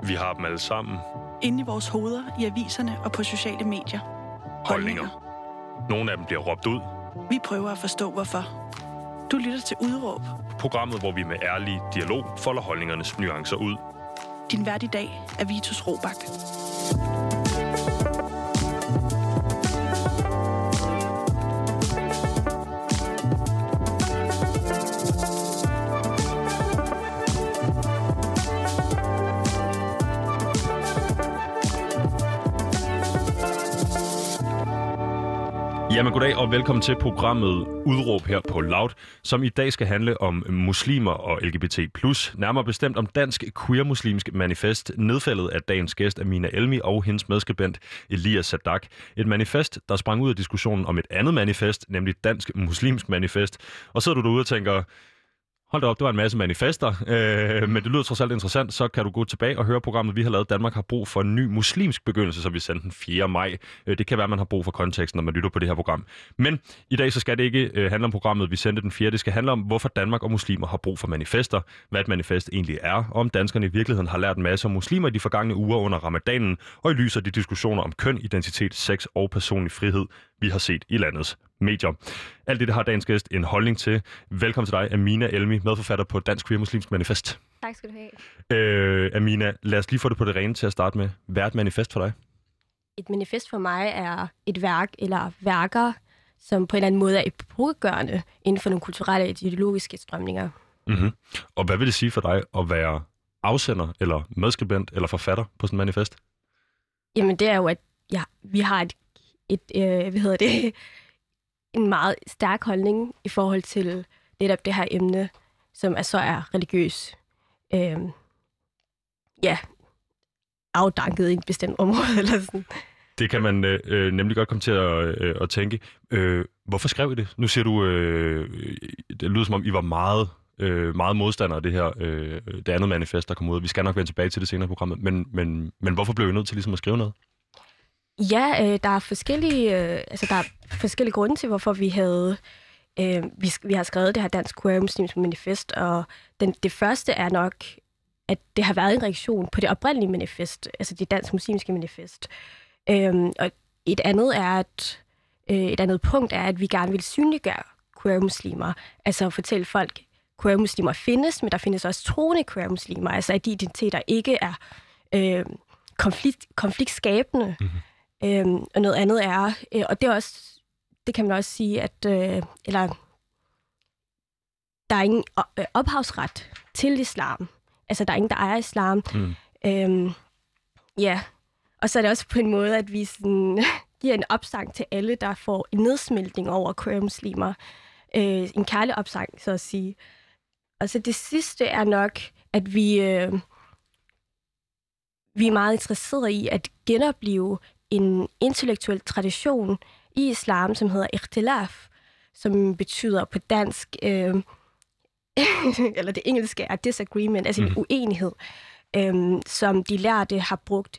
Vi har dem alle sammen. Inde i vores hoveder, i aviserne og på sociale medier. Holdninger. Nogle af dem bliver råbt ud. Vi prøver at forstå, hvorfor. Du lytter til Udråb. Programmet, hvor vi med ærlig dialog folder holdningernes nuancer ud. Din vært i dag er Vitus Robak. Jamen goddag og velkommen til programmet Udråb her på Loud, som i dag skal handle om muslimer og LGBT+. Nærmere bestemt om Dansk Queer-Muslimsk Manifest, nedfældet af dagens gæst Amina Elmi og hendes medskribent Elias Sadak. Et manifest, der sprang ud af diskussionen om et andet manifest, nemlig Dansk Muslimsk Manifest. Og så sidder du derude og tænker, hold da op, det var en masse manifester, men det lyder trods alt interessant, så kan du gå tilbage og høre programmet, vi har lavet. Danmark har brug for en ny muslimsk begyndelse, så vi sendte den 4. maj. Det kan være, man har brug for konteksten, når man lytter på det her program. Men i dag så skal det ikke handle om programmet, vi sendte den 4. Det skal handle om, hvorfor Danmark og muslimer har brug for manifester, hvad et manifest egentlig er, og om danskerne i virkeligheden har lært en masse om muslimer i de forgangne uger under ramadanen, og i lyset af de diskussioner om køn, identitet, sex og personlig frihed, vi har set i landets medier. Alt det har dagens gæst en holdning til. Velkommen til dig, Amina Elmi, medforfatter på Dansk Queer-Muslimsk Manifest. Tak skal du have. Amina, lad os lige få det på det rene til at starte med. Hvad er et manifest for dig? Et manifest for mig er et værk eller værker, som på en eller anden måde er epokegørende inden for nogle kulturelle og ideologiske strømninger. Mm-hmm. Og hvad vil det sige for dig at være afsender eller medskribent eller forfatter på sådan et manifest? Jamen det er jo, at vi har en meget stærk holdning i forhold til netop det her emne, som er religiøs. Afdanket i et bestemt område eller sådan. Det kan man nemlig godt komme til at tænke. Hvorfor skrev I det? Nu siger du, det lyder som om, I var meget modstandere af det her, det andet manifest, der kom ud. Vi skal nok vende tilbage til det senere i programmet. Men hvorfor blev I nødt til ligesom at skrive noget? Ja, der er forskellige grunde til, hvorfor vi havde vi har skrevet det her Dansk Queer-Muslimsk Manifest, og det første er nok, at det har været en reaktion på det oprindelige manifest, altså det Dansk Muslimske Manifest. Og et andet punkt er, at vi gerne vil synliggøre queer-muslimer, altså fortælle folk, queer-muslimer findes, men der findes også troende queer-muslimer, altså at de identiteter ikke er konfliktskabende. Mm-hmm. Og noget andet er, og det er også, det kan man også sige, at der er ingen ophavsret til islam. Altså, der er ingen, der ejer islam. Og så er det også på en måde, at vi sådan, giver en opsang til alle, der får en nedsmeltning over queer-muslimer. En kærlig opsang, så at sige. Og så det sidste er nok, at vi er meget interesserede i at genopleve en intellektuel tradition i islam, som hedder ikhtilaf, som betyder på dansk, eller det engelske er disagreement, altså en uenighed, som de lærte har brugt,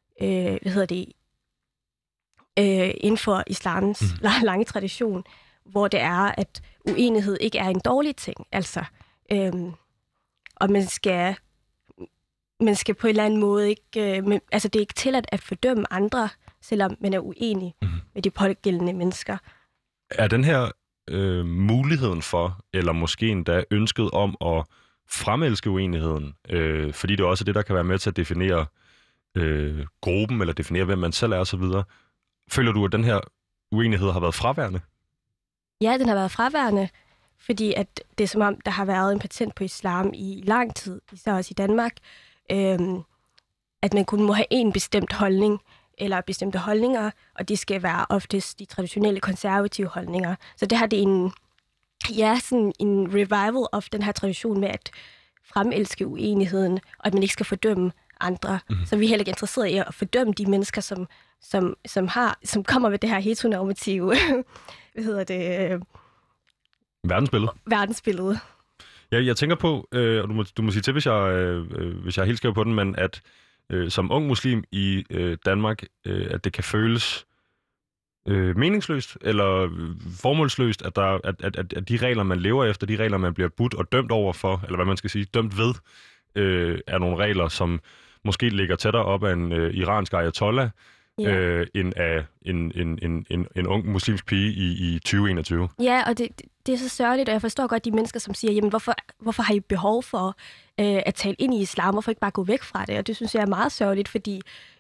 inden for islams lange tradition, hvor det er, at uenighed ikke er en dårlig ting, altså, og man skal på en eller anden måde ikke, altså det er ikke tilladt at fordømme andre, selvom man er uenig med de pågældende mennesker. Er den her muligheden for, eller måske endda ønsket om at fremelske uenigheden, fordi det også er det, der kan være med til at definere gruppen, eller definere, hvem man selv er osv., føler du, at den her uenighed har været fraværende? Ja, den har været fraværende, fordi at det er som om, der har været en patent på islam i lang tid, især også i Danmark, at man kun må have en bestemt holdning, eller bestemte holdninger, og det skal være oftest de traditionelle konservative holdninger. Så det her det er sådan en revival of den her tradition med at fremelske uenigheden, og at man ikke skal fordømme andre. Så vi er heller ikke interesserede i at fordømme de mennesker, som kommer med det her heteronormative verdensbillede. Ja, jeg tænker på, og du må sige til, hvis jeg er helt skæv på den, men at som ung muslim i Danmark, at det kan føles meningsløst eller formålsløst, at de regler, man lever efter, de regler, man bliver budt og dømt over for, eller hvad man skal sige, dømt ved, er nogle regler, som måske ligger tættere op af en iransk ayatollah, end af en ung muslimsk pige i 2021. Ja, og det er så sørgeligt, og jeg forstår godt de mennesker, som siger, jamen hvorfor har I behov for at tale ind i islam? Hvorfor ikke bare gå væk fra det? Og det synes jeg er meget sørgeligt, fordi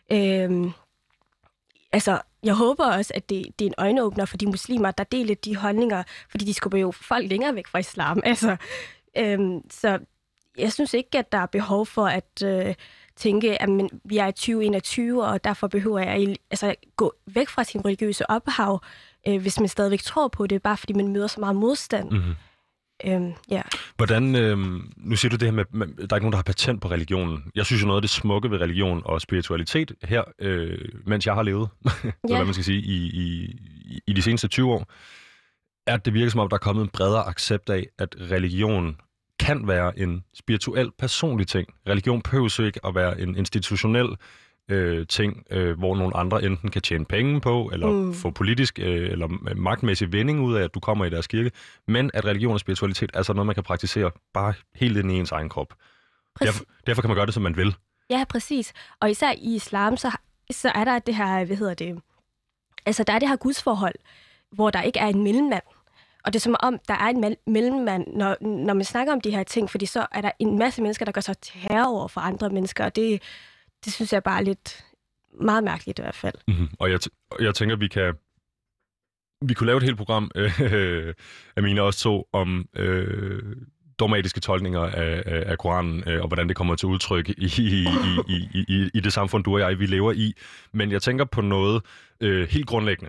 jeg håber også, at det er en øjenåbner for de muslimer, der deler de holdninger, fordi de skubber jo folk længere væk fra islam. Så jeg synes ikke, at der er behov for at tænke, at vi er i 2021, og derfor behøver jeg gå væk fra sin religiøse ophav, hvis man stadigvæk tror på det, bare fordi man møder så meget modstand. Mm-hmm. Hvordan, nu siger du det her med, der er ikke nogen, der har patent på religionen. Jeg synes jo noget af det smukke ved religion og spiritualitet her, mens jeg har levet, hvad man skal sige, i de seneste 20 år, er, at det virker som om, der er kommet en bredere accept af, at religion kan være en spirituel, personlig ting. Religion behøver ikke at være en institutionel ting, hvor nogle andre enten kan tjene penge på, eller få politisk eller magtmæssig vinding ud af, at du kommer i deres kirke, men at religion og spiritualitet er sådan noget, man kan praktisere bare helt ind i ens egen krop. Derfor kan man gøre det, som man vil. Ja, præcis. Og især i islam, så er der det her, der er det her gudsforhold, hvor der ikke er en mellemmand. Og det er som om, der er en mellemmand, når man snakker om de her ting, fordi så er der en masse mennesker, der gør sig terror over for andre mennesker, og det synes jeg bare er lidt meget mærkeligt i hvert fald. Mm-hmm. Og jeg tænker, vi kunne lave et helt program, Amina også to, om dogmatiske tolkninger af Koranen, og hvordan det kommer til udtryk i det samfund, du og jeg, vi lever i. Men jeg tænker på noget helt grundlæggende,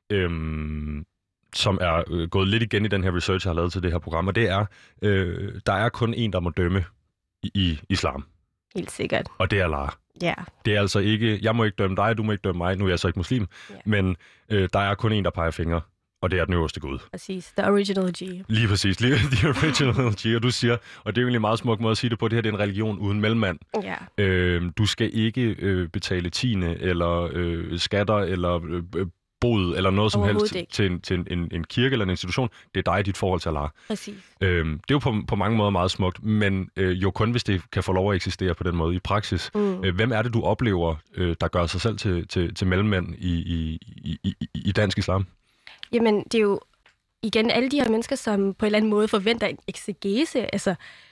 som er gået lidt igen i den her research, jeg har lavet til det her program, og det er, der er kun en, der må dømme i islam. Helt sikkert. Og det er Allah. Ja. Det er altså ikke, jeg må ikke dømme dig, du må ikke dømme mig, nu er jeg så ikke muslim, men der er kun en, der peger fingre, og det er den øverste Gud. Præcis, the original G. Lige præcis, the original G, og du siger, og det er jo egentlig en meget smuk måde at sige det på, det her det er en religion uden mellemmand. Ja. Du skal ikke betale tiende, eller skatter, eller bod, eller noget som helst til en kirke eller en institution. Det er dig, dit forhold til Allah. Præcis. Det er jo på mange måder meget smukt, men jo kun hvis det kan få lov at eksistere på den måde i praksis. Hvem er det, du oplever, der gør sig selv til mellemmænd i dansk islam? Jamen, det er jo igen alle de her mennesker, som på en eller anden måde forventer en eksegese. Altså,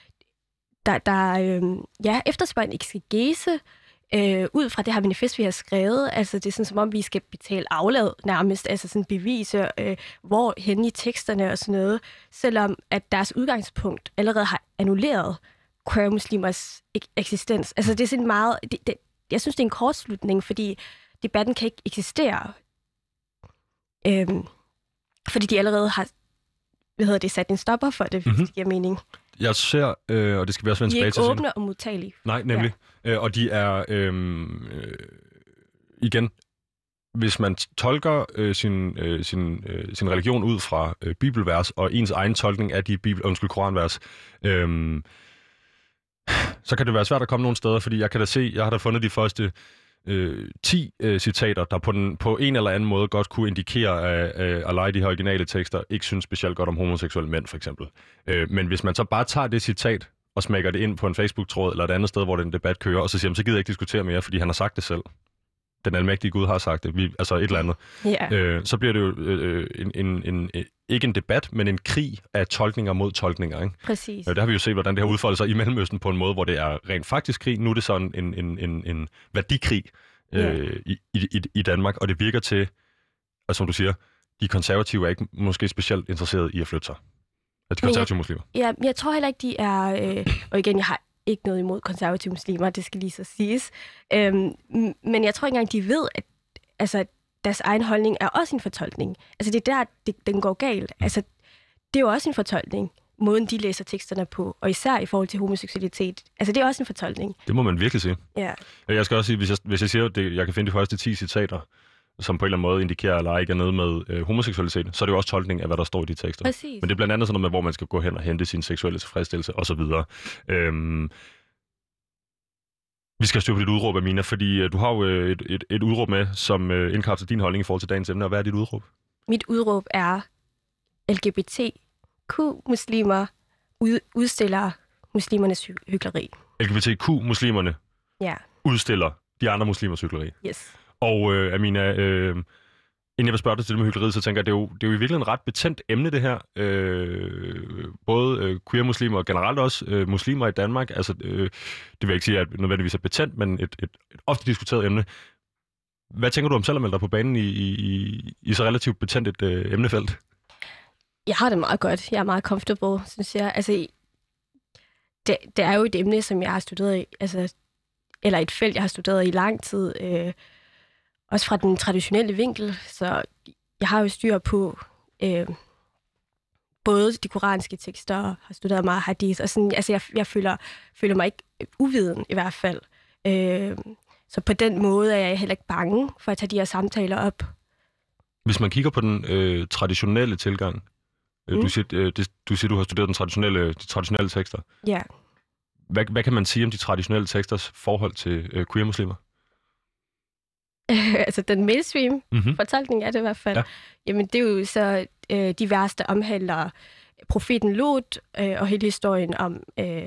der efterspørger en eksegese, ud fra det her manifest, vi har skrevet. Altså, det er sådan, som om vi skal betale aflad nærmest, altså sådan bevise, hvor henne i teksterne og sådan noget, selvom at deres udgangspunkt allerede har annulleret queer-muslimers eksistens. Altså, det er sådan meget... jeg synes, det er en kortslutning, fordi debatten kan ikke eksistere. Fordi de allerede har sat en stopper for det, hvis det giver mening. Jeg ser, og det skal vi også vende tilbage til. De er ikke åbne og modtagelige. Nej, nemlig. Ja. Og de er, igen, hvis man tolker sin religion ud fra bibelvers, og ens egen tolkning af de koranvers, så kan det være svært at komme nogle steder, fordi jeg har da fundet de første 10 citater, der på en eller anden måde godt kunne indikere, at Allah i de her originale tekster ikke synes specielt godt om homoseksuelle mænd, for eksempel. Men hvis man så bare tager det citat og smækker det ind på en Facebook-tråd eller et andet sted, hvor den debat kører, og så siger man, så gider jeg ikke diskutere mere, fordi han har sagt det selv. Den almægtige Gud har sagt det. Altså et eller andet. Yeah. Så bliver det jo ikke en debat, men en krig af tolkninger mod tolkninger. Ikke? Præcis. Der har vi jo set, hvordan det har udfoldet sig i Mellemøsten på en måde, hvor det er rent faktisk krig. Nu er det sådan en værdikrig i Danmark, og det virker til, og som du siger, de konservative er ikke måske specielt interesserede i at flytte sig. De konservative muslimer. Ja, jeg tror heller ikke, de er... og igen, jeg har ikke noget imod konservative muslimer, det skal lige så siges. Men jeg tror ikke engang, de ved, at deres egen holdning er også en fortolkning. Altså, det er der, den går galt. Altså, det er jo også en fortolkning, måden de læser teksterne på, og især i forhold til homoseksualitet. Altså, det er også en fortolkning. Det må man virkelig sige. Ja. Jeg skal også sige, hvis jeg siger, at jeg kan finde de første 10 citater, som på en eller anden måde indikerer, at Allah ikke er nede med homoseksualitet, så er det jo også tolkning af, hvad der står i de tekster. Præcis. Men det er blandt andet sådan noget med, hvor man skal gå hen og hente sin seksuelle tilfredsstillelse, osv. Vi skal styre på dit udråb, Amina, fordi du har jo et udråb med, som indkapsler din holdning i forhold til dagens emne. Og hvad er dit udråb? Mit udråb er LGBTQ-muslimer udstiller muslimernes hykleri. LGBTQ-muslimerne udstiller de andre muslimers hykleri. Yes. Og Amina, inden jeg vil spørge dig til det med hykleriet, så tænker jeg, det er jo i virkeligheden et ret betændt emne, det her. Både queer-muslimer og generelt også muslimer i Danmark. Altså, det vil jeg ikke sige, at nødvendigvis er betændt, men et ofte diskuteret emne. Hvad tænker du om selv at melde dig på banen i så relativt betændt et emnefelt? Jeg har det meget godt. Jeg er meget comfortable, synes jeg. Altså, det er jo et emne, som jeg har studeret i, altså, eller et felt, jeg har studeret i lang tid. Også fra den traditionelle vinkel, så jeg har jo styr på både de koranske tekster, og har studeret meget hadith, og sådan, altså jeg føler mig ikke uviden i hvert fald. Så på den måde er jeg heller ikke bange for at tage de her samtaler op. Hvis man kigger på den traditionelle tilgang, du siger, du har studeret de traditionelle tekster. Ja. Hvad kan man sige om de traditionelle teksters forhold til queer-muslimer? Altså den mainstream-fortolkning er det i hvert fald. Ja. Jamen det er jo så de vers, der omhandler profeten Lot og hele historien om...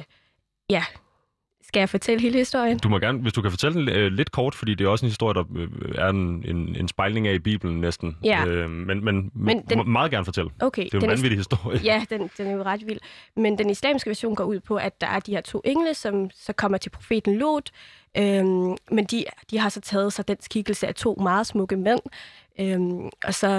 Skal jeg fortælle hele historien? Du må gerne, hvis du kan fortælle den lidt kort, fordi det er også en historie, der er en spejling af i Bibelen næsten. Ja. Men den, meget gerne fortælle. Okay, det er jo en vanvittig historie. Ja, den er jo ret vild. Men den islamiske version går ud på, at der er de her 2 engle, som så kommer til profeten Lot. Men de har så taget sig den skikkelse af 2 meget smukke mænd. Og så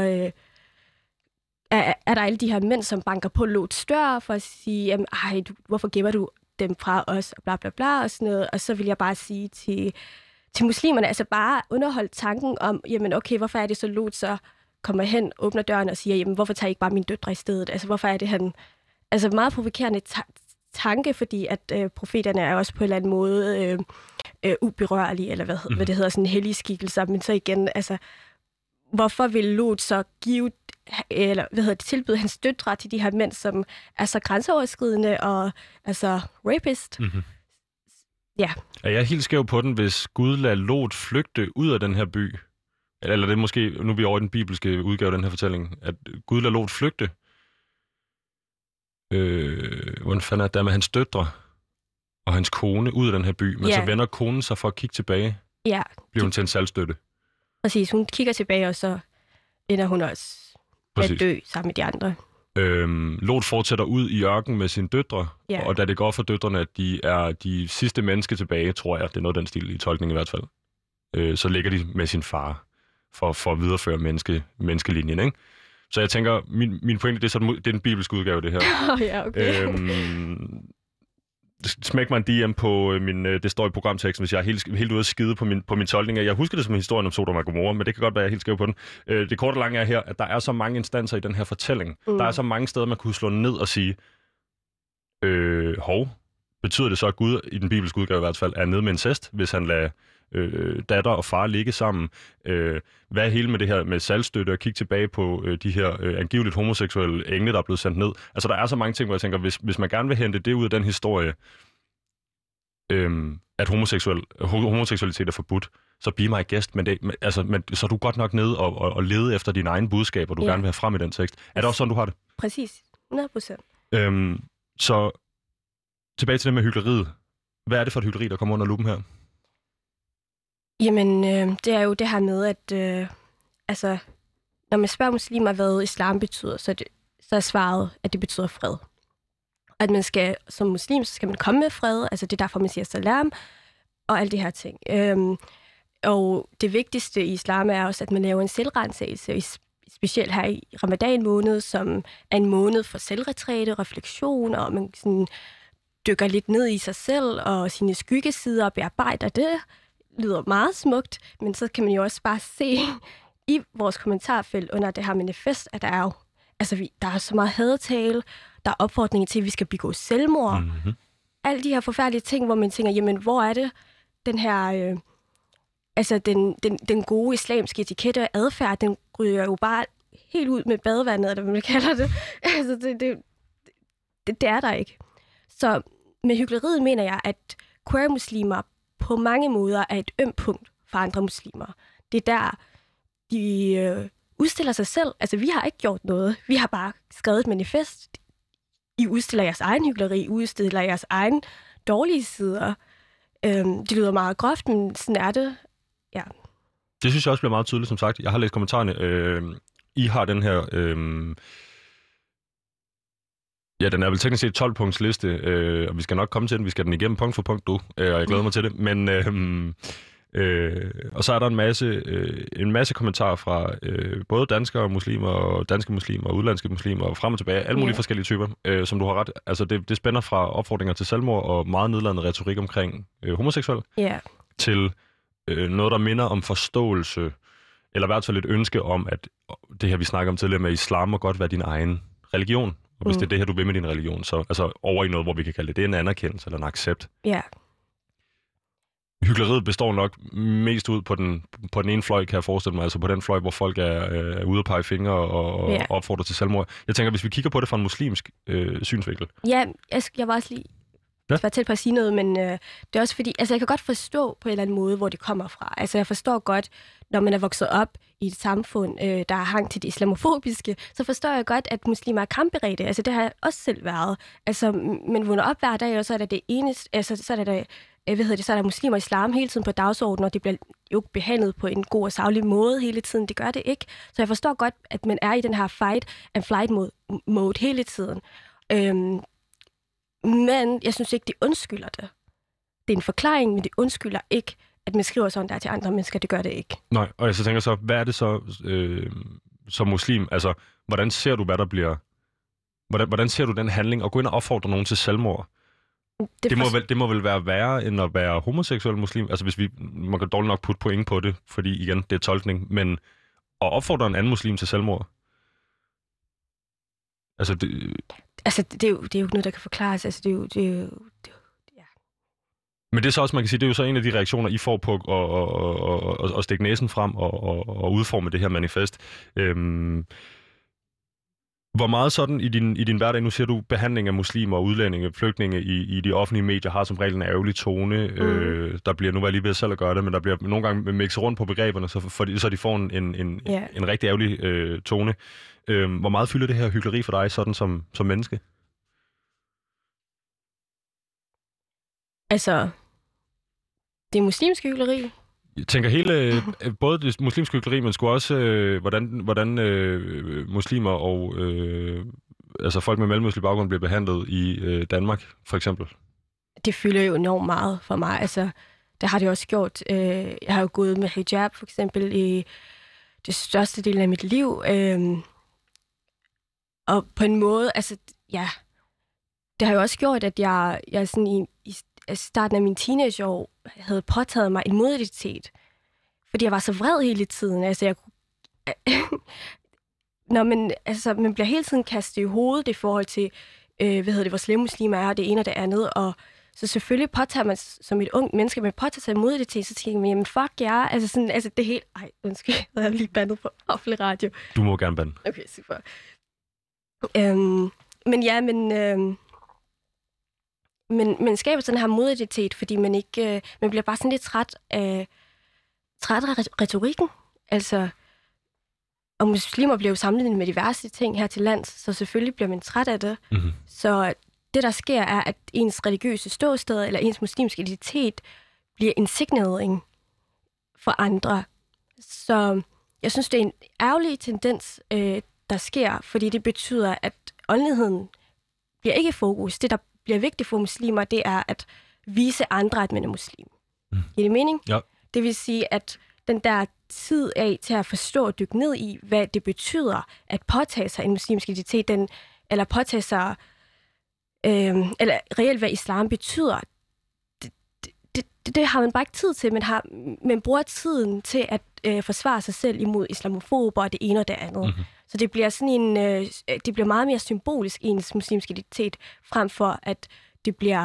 er der alle de her mænd, som banker på Lots dør for at sige, hvorfor gemmer du dem fra os, og bla bla bla, og sådan noget. Og så vil jeg bare sige til muslimerne, altså bare underholde tanken om, jamen okay, hvorfor er det så Lot så kommer hen, åbner døren og siger, jamen hvorfor tager I ikke bare mine døtre i stedet? Altså hvorfor er det han... Altså meget provokerende tanke, fordi at profeterne er også på en eller anden måde uberørlige, eller hvad det hedder, sådan hellige skikkelser, men så igen, altså hvorfor vil Lot så give tilbyde hans døtre til de her mænd, som er så grænseoverskridende og altså rapist. Mm-hmm. Ja. Er jeg helt skæv på den, hvis Gud lader Lot flygte ud af den her by? Eller det er måske, nu er vi over i den bibelske udgave af den her fortælling, at Gud lader Lot flygte. Hvordan fanden er det der med hans døtre og hans kone ud af den her by, men så vender konen sig for at kigge tilbage. Ja. Bliver hun til en salgstøtte. Præcis, hun kigger tilbage, og så ender hun også at dø sammen med de andre. Lot fortsætter ud i ørkenen med sine døtre, og da det går for døtrene, at de er de sidste mennesker tilbage, tror jeg, det er noget af den stil i tolkningen i hvert fald, så ligger de med sin far for at videreføre menneskelinjen, ikke? Så jeg tænker, min pointe, det er den bibelske udgave, det her. Ja, okay. Smæk mig en DM på det står i programteksten, hvis jeg er helt ude at skide på min tolkning. Jeg husker det som en historie om Sodom og Gomorra, men det kan godt være, jeg er helt skæv på den. Det korte og lange er her, at der er så mange instanser i den her fortælling. Der er så mange steder, man kunne slå ned og sige, betyder det så, at Gud i den bibelske udgave i hvert fald er nede med incest, hvis han lader datter og far ligge sammen? Hvad er hele med det her med salgstøtte og kigge tilbage på de her angiveligt homoseksuelle engle, der er blevet sendt ned? Altså, der er så mange ting, hvor jeg tænker, hvis man gerne vil hente det ud af den historie, at homoseksualitet er forbudt, så be my guest, men så er du godt nok nede og lede efter dine egne budskaber, du gerne vil have frem i den tekst. Er det også sådan, du har det? Præcis. 100%. Så tilbage til det med hykleriet. Hvad er det for et hykleri, der kommer under lupen her? Jamen, det er jo det her med, at når man spørger muslimer, hvad islam betyder, så er svaret, at det betyder fred. At man skal, som muslim, så skal man komme med fred, altså det er derfor, man siger salam, og alle de her ting. Og det vigtigste i islam er også, at man laver en selvrensagelse, specielt her i Ramadan måned, som er en måned for selvretræte, refleksion, og man sådan dykker lidt ned i sig selv og sine skyggesider og bearbejder det. Lyder meget smukt, men så kan man jo også bare se i vores kommentarfelt under det her manifest, at der er jo, der er så meget hadetale, der er opfordringer til, at vi skal begå selvmord. Mm-hmm. Alle de her forfærdelige ting, hvor man tænker, jamen, hvor er det den her, den gode islamiske etikette og adfærd, den ryger jo bare helt ud med badevandet, eller hvad man kalder det. Altså, det er der ikke. Så med hykleriet mener jeg, at queer-muslimer på mange måder er et ømt punkt for andre muslimer. Det er der, de udstiller sig selv. Altså, vi har ikke gjort noget. Vi har bare skrevet et manifest. I udstiller jeres egen hykleri, I udstiller jeres egen dårlige sider. Det lyder meget groft, men sådan er det. Ja. Det synes jeg også bliver meget tydeligt, som sagt. Jeg har læst kommentarerne. I har den her... Ja, den er vel teknisk set 12-punkts liste, og vi skal nok komme til den. Vi skal den igennem punkt for punkt, og jeg glæder mig til det. Men, og så er der en masse kommentarer fra både danskere og muslimer, og danske muslimer og udlandske muslimer, og frem og tilbage, alle mulige forskellige typer, som du har ret. Altså, det spænder fra opfordringer til selvmord og meget nedladende retorik omkring homoseksuel, til noget, der minder om forståelse, eller i hvert fald et ønske om, at det her, vi snakker om tidligere med islam, må godt være din egen religion. Og hvis det er det her, du vil med din religion, så altså over i noget, hvor vi kan kalde det en anerkendelse eller en accept. Ja. Hykleriet består nok mest ud på den ene fløj, kan jeg forestille mig, altså på den fløj, hvor folk er ude at pege fingre og opfordrer til selvmord. Jeg tænker, hvis vi kigger på det fra en muslimsk synsvinkel. Ja, jeg var også lige tæt på at sige noget, men det er også fordi, altså jeg kan godt forstå på en eller anden måde, hvor det kommer fra. Altså jeg forstår godt, når man er vokset op i et samfund, der er hang til det islamofobiske, så forstår jeg godt, at muslimer er kampberedte. Altså det har jeg også selv været. Altså, men vågner op hver dag, og så er det eneste, altså så er der så er der muslimer og islam hele tiden på dagsordenen, og det bliver jo behandlet på en god og saglig måde hele tiden. Det gør det ikke. Så jeg forstår godt, at man er i den her fight and flight mode hele tiden. Men jeg synes ikke, det undskylder det. Det er en forklaring, men det undskylder ikke, at man skriver sådan der til andre mennesker. Det gør det ikke. Nej, og jeg så tænker så, hvad er det så som muslim? Altså, hvordan ser du, hvad der bliver... Hvordan ser du den handling at gå ind og opfordre nogen til selvmord? Det må vel være værre, end at være homoseksuel muslim? Altså, hvis man kan dårligt nok putte point på det, fordi igen, det er tolkning. Men at opfordre en anden muslim til selvmord? Altså, det er jo ikke noget, der kan forklares. Altså, det er jo ja. Men det er så også, man kan sige, det er jo så en af de reaktioner, I får på at stikke næsen frem og udforme det her manifest. Hvor meget sådan i din hverdag, nu siger du, behandling af muslimer og udlændinge, flygtninge i de offentlige medier har som regel en ærgerlig tone. Der bliver, nu var jeg lige ved selv at gøre det, men der bliver nogle gange mixet rundt på begreberne, så de får en rigtig ærgerlig tone. Hvor meget fylder det her hykleri for dig, sådan som menneske? Altså, det muslimske hykleri? Jeg tænker både det muslimske hykleri, men sgu også, hvordan muslimer og altså folk med mellemøstlig baggrund bliver behandlet i Danmark, for eksempel. Det fylder jo enormt meget for mig. Altså, det har det også gjort. Jeg har jo gået med hijab, for eksempel, i det største del af mit liv. Og på en måde, altså, ja, det har jo også gjort, at jeg sådan i starten af mine teenageår havde påtaget mig en modidentitet, fordi jeg var så vred hele tiden. Altså, man bliver hele tiden kastet i hovedet i forhold til, hvor slemme muslimer er, og det ene og det andet, og så selvfølgelig påtager man som et ungt menneske, man påtager sig modidentitet, så tænker man, jamen fuck jer, altså det helt, undskyld, jeg har lige bandet på offentlig radio. Du må gerne bande. Okay, super. Men skaber sådan her modidentitet, fordi man bliver bare sådan lidt træt af retorikken. Altså, og muslimer bliver jo sammenlignet med diverse ting her til lands, så selvfølgelig bliver man træt af det. Mm-hmm. Så det, der sker, er, at ens religiøse ståsted eller ens muslimske identitet bliver en signering for andre. Så jeg synes, det er en ærgerlig tendens, der sker, fordi det betyder, at åndeligheden bliver ikke fokus. Det, der bliver vigtigt for muslimer, det er at vise andre, at man er muslim. Giver det mening? Ja. Det vil sige, at den der tid af til at forstå og dykke ned i, hvad det betyder at påtage sig en muslimsk identitet, eller påtage sig, eller reelt hvad islam betyder, det har man bare ikke tid til. Man bruger tiden til at forsvare sig selv imod islamofober og det ene og det andet. Mm-hmm. Så det bliver sådan det bliver meget mere symbolisk ens muslimsk identitet, frem for at det bliver,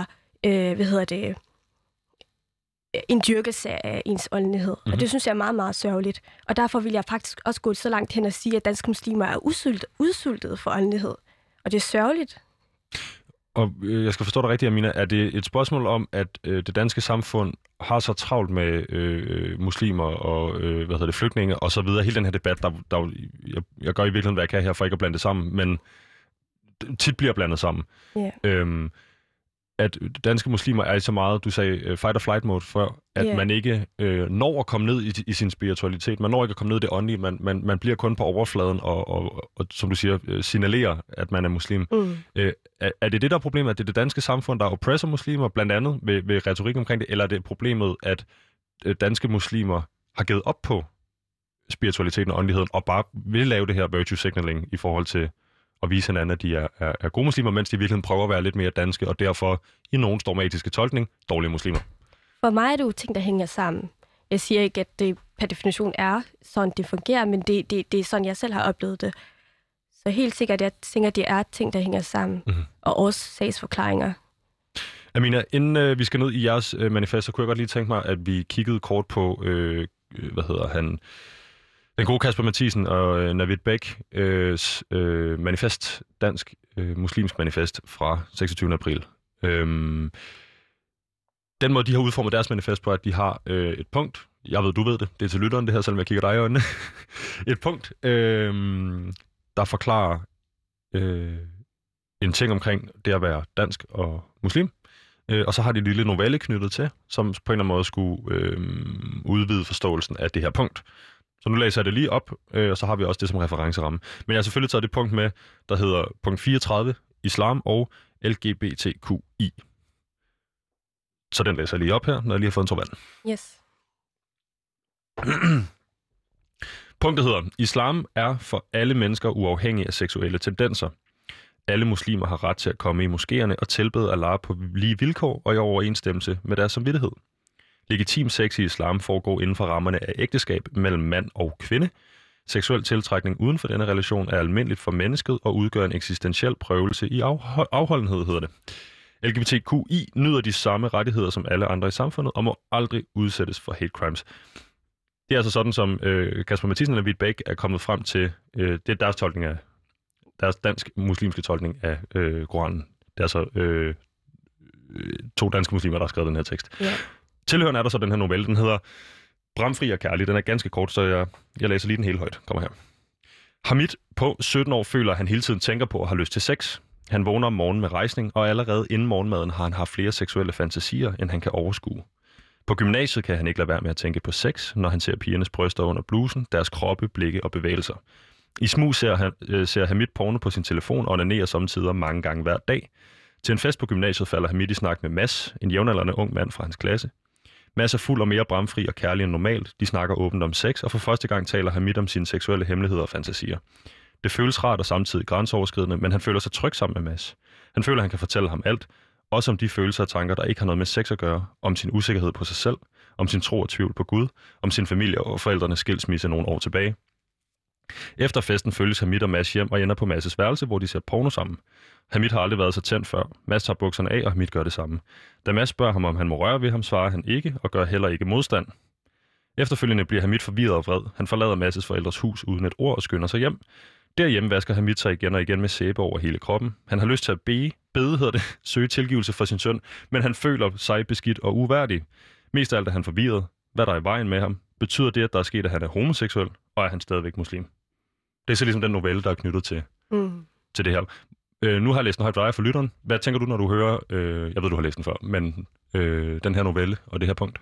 en dyrkelse af ens åndelighed. Mm-hmm. Og det synes jeg er meget, meget sørgeligt. Og derfor vil jeg faktisk også gå så langt hen og sige, at danske muslimer er udsultet for åndelighed. Og det er sørgeligt. Og jeg skal forstå dig rigtigt, Amina. Er det et spørgsmål om, at det danske samfund har så travlt med muslimer og flygtninge og så videre? Hele den her debat, jeg gør i virkeligheden, hvad jeg kan her, for ikke at blande det sammen, men tit bliver blandet sammen. Yeah. at danske muslimer er i så meget, du sagde fight or flight mode før, at man ikke når at komme ned i sin spiritualitet. Man når ikke at komme ned i det åndelige. Man bliver kun på overfladen og som du siger, signalerer, at man er muslim. Er det der er problemet? Er det det danske samfund, der oppresser muslimer, blandt andet ved retorik omkring det? Eller er det problemet, at danske muslimer har givet op på spiritualiteten og åndeligheden, og bare vil lave det her virtue signaling i forhold til at vise hinanden, at de er gode muslimer, mens de i virkeligheden prøver at være lidt mere danske, og derfor i nogen dogmatiske tolkning, dårlige muslimer? For mig er det jo ting, der hænger sammen. Jeg siger ikke, at det per definition er sådan, det fungerer, men det er sådan, jeg selv har oplevet det. Så helt sikkert, jeg tænker, at det er ting, der hænger sammen, og også sagsforklaringer. Amina, inden vi skal ned i jeres manifest, så kunne jeg godt lige tænke mig, at vi kiggede kort på, den gode Kasper Mathisen og Navid Bæk manifest, dansk muslimsk manifest fra 26. april. Den måde, de har udformet deres manifest på, at de har et punkt. Jeg ved, du ved det. Det er til lytteren, det her, selvom jeg kigger dig i øjnene. Et punkt, der forklarer en ting omkring det at være dansk og muslim. Og så har de en lille novelle knyttet til, som på en eller anden måde skulle udvide forståelsen af det her punkt. Så nu læser jeg det lige op, og så har vi også det som referenceramme. Men jeg har selvfølgelig taget det punkt med, der hedder punkt 34, islam og LGBTQI. Så den læser jeg lige op her, når jeg lige har fået en tår vand. Yes. Punktet hedder, islam er for alle mennesker uafhængig af seksuelle tendenser. Alle muslimer har ret til at komme i moskéerne og tilbede Allah på lige vilkår og i overensstemmelse med deres samvittighed. Legitim sex i islam foregår inden for rammerne af ægteskab mellem mand og kvinde. Seksuel tiltrækning uden for denne relation er almindeligt for mennesket og udgør en eksistentiel prøvelse i afholdenhed, hedder det. LGBTQI nyder de samme rettigheder som alle andre i samfundet og må aldrig udsættes for hate crimes. Det er altså sådan, som Kasper Mathisen og Navid Bæk er kommet frem til. Det er deres tolkning af deres dansk-muslimske tolkning af Koranen. Det er altså to danske muslimer, der har skrevet den her tekst. Yeah. Tilhørende er der så den her novelle, den hedder Bramfri og kærlig. Den er ganske kort, så jeg læser lige den hele højt. Kommer her. Hamid på 17 år føler, at han hele tiden tænker på at have lyst til sex. Han vågner om morgenen med rejsning, og allerede inden morgenmaden har han haft flere seksuelle fantasier, end han kan overskue. På gymnasiet kan han ikke lade være med at tænke på sex, når han ser pigernes bryster under blusen, deres kroppe, blikke og bevægelser. I smug ser Hamid porno på sin telefon og onanerer samtidig mange gange hver dag. Til en fest på gymnasiet falder Hamid i snak med Mads, en jævnaldrende ung mand fra hans klasse. Mads er fuld og mere bramfri og kærlig end normalt. De snakker åbent om sex, og for første gang taler Hamid om sine seksuelle hemmeligheder og fantasier. Det føles rart og samtidig grænseoverskridende, men han føler sig tryg sammen med Mads. Han føler, at han kan fortælle ham alt, også om de følelser og tanker, der ikke har noget med sex at gøre, om sin usikkerhed på sig selv, om sin tro og tvivl på Gud, om sin familie og forældrenes skilsmisse nogle år tilbage. Efter festen følges Hamid og Mads hjem og ender på Mads' værelse, hvor de ser porno sammen. Hamid har aldrig været så tændt før. Mads tager bukserne af, og Hamid gør det samme. Da Mads spørger ham, om han må røre ved ham, svarer han ikke og gør heller ikke modstand. Efterfølgende bliver Hamid forvirret og vred. Han forlader Mads' forældres hus uden et ord og skynder sig hjem. Derhjemme vasker Hamid sig igen og igen med sæbe over hele kroppen. Han har lyst til at søge tilgivelse for sin søn, men han føler sig beskidt og uværdig. Mest af alt er han forvirret. Hvad der er i vejen med ham? Betyder det, at der er sket, at han er homoseksuel, og er han stadigvæk muslim? Det er så ligesom den novelle, der er knyttet til det her. Nu har jeg læst den højt for dig for lytteren. Hvad tænker du, når du hører, jeg ved, du har læst den før, men den her novelle og det her punkt?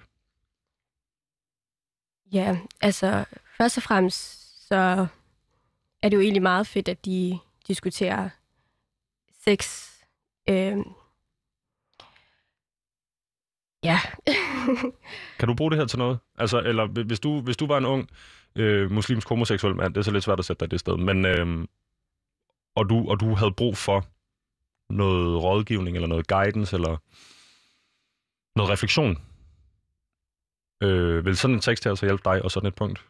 Ja, altså først og fremmest, så er det jo egentlig meget fedt, at de diskuterer sex. Ja. Kan du bruge det her til noget? Altså, eller hvis du var en ung muslimsk homoseksuel mand, det er så lidt svært at sætte dig det sted, men og du havde brug for noget rådgivning, eller noget guidance, eller noget refleksion, vil sådan en tekst her så hjælpe dig, og sådan et punkt?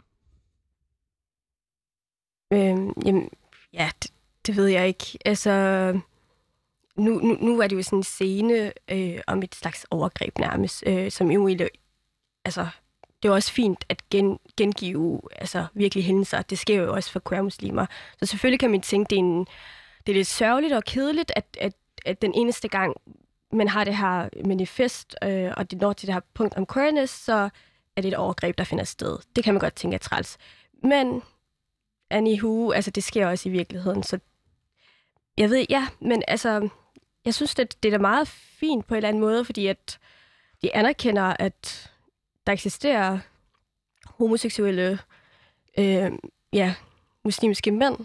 Jamen, ja, det ved jeg ikke. Altså, nu er det jo sådan en scene om et slags overgreb nærmest, som jo egentlig, altså, det er også fint at gengive altså, virkelig hændelser. Det sker jo også for queer-muslimer. Så selvfølgelig kan man tænke, det er lidt sørgeligt og kedeligt, at den eneste gang, man har det her manifest, og det når til det her punkt om queerness, så er det et overgreb, der finder sted. Det kan man godt tænke er træls. Men anywho, altså det sker også i virkeligheden, så jeg ved, ja, men altså, Jeg synes, det er da meget fint på en eller anden måde, fordi at de anerkender, at der eksisterer homoseksuelle, muslimske mænd,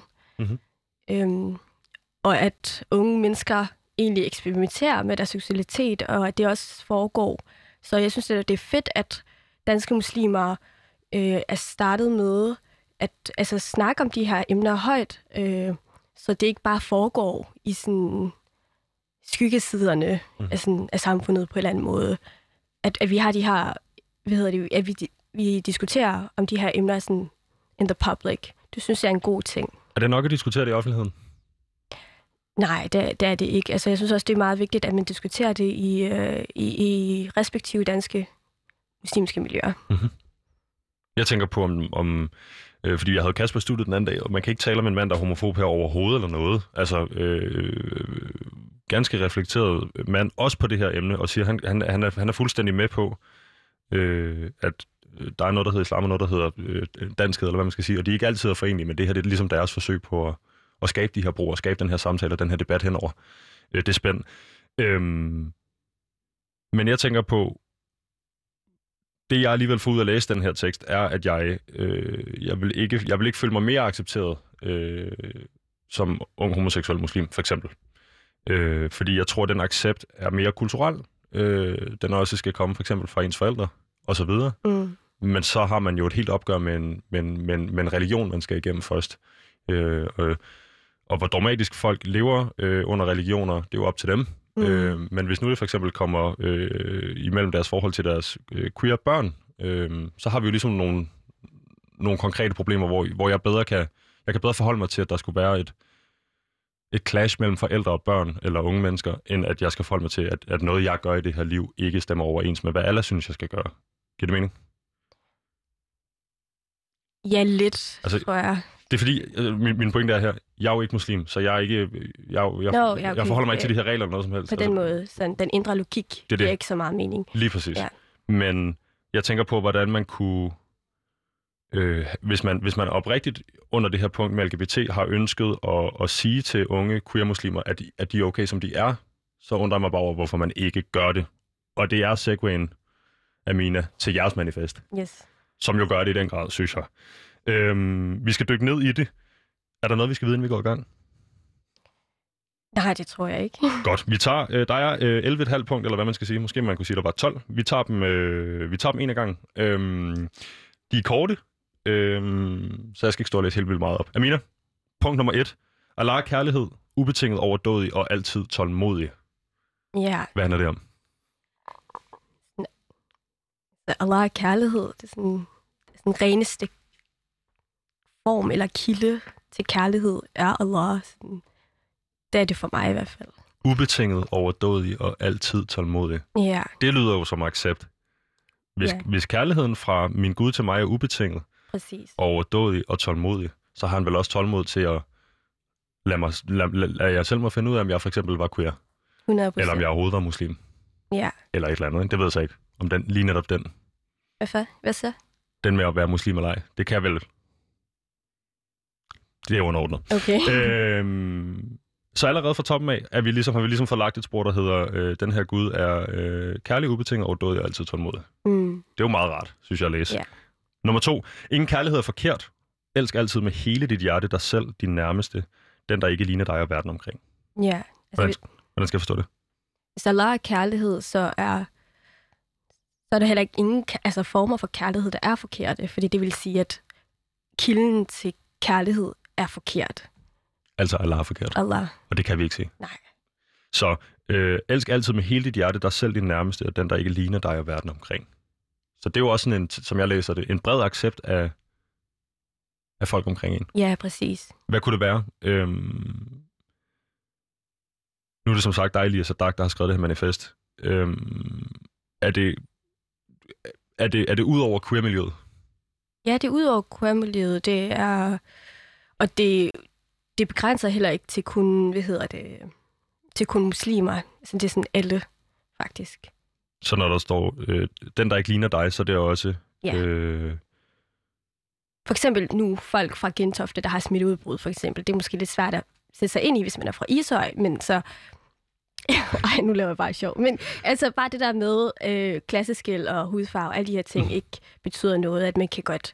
og at unge mennesker egentlig eksperimenterer med deres seksualitet, og at det også foregår. Så jeg synes, at det er fedt, at danske muslimer er startet med at snakke om de her emner højt, så det ikke bare foregår i sådan skyggesiderne af samfundet på en eller anden måde. At vi har de her, at vi diskuterer om de her emner sådan in the public. Det synes jeg er en god ting. Er det nok at diskutere det i offentligheden? Nej, det er det ikke. Altså, jeg synes også, det er meget vigtigt, at man diskuterer det i respektive danske muslimske miljøer. Mm-hmm. Jeg tænker på, fordi jeg havde Kasper studiet den anden dag, og man kan ikke tale om en mand, der er homofob her overhovedet eller noget. Altså, ganske reflekteret mand, også på det her emne, og siger, han er fuldstændig med på, at der er noget, der hedder islam, og noget, der hedder danskhed, eller hvad man skal sige, og de ikke altid er forenlige, men det her det er ligesom deres forsøg på at skabe de her broer, skabe den her samtale og den her debat henover det spænd. Men jeg tænker på, det jeg alligevel får ud af at læse den her tekst, er, at jeg vil ikke føle mig mere accepteret som ung homoseksuel muslim, for eksempel. Fordi jeg tror, at den accept er mere kulturel. Den også skal komme for eksempel fra ens forældre, og så videre. Men så har man jo et helt opgør med en religion, man skal igennem først. Og hvor dogmatisk folk lever under religioner, det er jo op til dem. Men hvis nu det for eksempel kommer imellem deres forhold til deres queer børn, så har vi jo ligesom nogle konkrete problemer, hvor jeg kan bedre forholde mig til, at der skulle være et clash mellem forældre og børn, eller unge mennesker, end at jeg skal forholde mig til, at noget, jeg gør i det her liv, ikke stemmer overens med, hvad alle synes, jeg skal gøre. Giver det mening? Ja, lidt, altså, tror jeg. Det er fordi, min pointe er her, jeg er jo ikke muslim, så jeg er ikke, jeg forholder mig ikke til de her regler eller noget som helst. På den måde, sådan, den indre logik, det er ikke så meget mening. Lige præcis. Ja. Men jeg tænker på, hvordan man kunne, hvis man oprigtigt under det her punkt med LGBT har ønsket at sige til unge queer-muslimer, at de er okay, som de er, så undrer jeg mig bare over, hvorfor man ikke gør det. Og det er segwayen, Amina, til jeres manifest. Yes. Som jo gør det i den grad, synes jeg. Vi skal dykke ned i det. Er der noget, vi skal vide, inden vi går i gang? Nej, det tror jeg ikke. Godt. Vi tager, der er 11,5 punkt, eller hvad man skal sige. Måske man kunne sige, der var 12. Vi tager dem en af gangen. De er korte, så jeg skal ikke stå og læse helt vildt meget op. Amina, punkt nummer 1. Allah er kærlighed, ubetinget, overdådig og altid tålmodig. Ja. Hvad handler det om? Allah er kærlighed. Det er sådan reneste form eller kilde til kærlighed er Allah. Det er det for mig i hvert fald. Ubetinget, overdådig og altid tålmodig. Ja. Det lyder jo som accept. Hvis kærligheden fra min Gud til mig er ubetinget, præcis, overdådig og tålmodig, så har han vel også tålmod til at lade jeg selv må finde ud af, om jeg for eksempel var queer. 100%. Eller om jeg overhovedet var muslim. Ja. Eller et eller andet. Det ved jeg så ikke. Om den, lige netop den. Hvad så? Den med at være muslim eller ej. Det kan jeg vel. Det er underordnet. Okay. Så allerede fra toppen af har vi ligesom fået lagt et spor, der hedder, den her Gud er kærlig, ubetinget, overdådig og altid tålmodig. Det er jo meget rart, synes jeg at læse. Yeah. Nummer 2. Ingen kærlighed er forkert. Elsk altid med hele dit hjerte dig selv, din nærmeste, den der ikke ligner dig og verden omkring. Ja. Altså, hvordan skal jeg forstå det? Hvis Allah er kærlighed, så er der heller ikke ingen former for kærlighed, der er forkerte. Fordi det vil sige, at kilden til kærlighed er forkert. Altså Allah er forkert. Allah. Og det kan vi ikke se. Nej. Så elsk altid med hele dit hjerte dig selv, din nærmeste, og den der ikke ligner dig og verden omkring. Så det er jo også sådan en, som jeg læser det, en bred accept af folk omkring en. Ja, præcis. Hvad kunne det være? Nu er det som sagt dig, Elias Sadak, der har skrevet det her manifest. Er det ud over queer-miljøet? Ja, det er ud over queer-miljøet. Det er... Og det begrænser heller ikke til kun, til kun muslimer. Altså, det er sådan alle, faktisk. Så når der står, den der ikke ligner dig, så det er også... Ja. For eksempel nu folk fra Gentofte, der har smitteudbrud, for eksempel. Det er måske lidt svært at sætte sig ind i, hvis man er fra Ishøj, men så Ej, nu laver jeg bare sjov. Men altså bare det der med klasseskel og hudfarve, alle de her ting ikke betyder noget, at man kan godt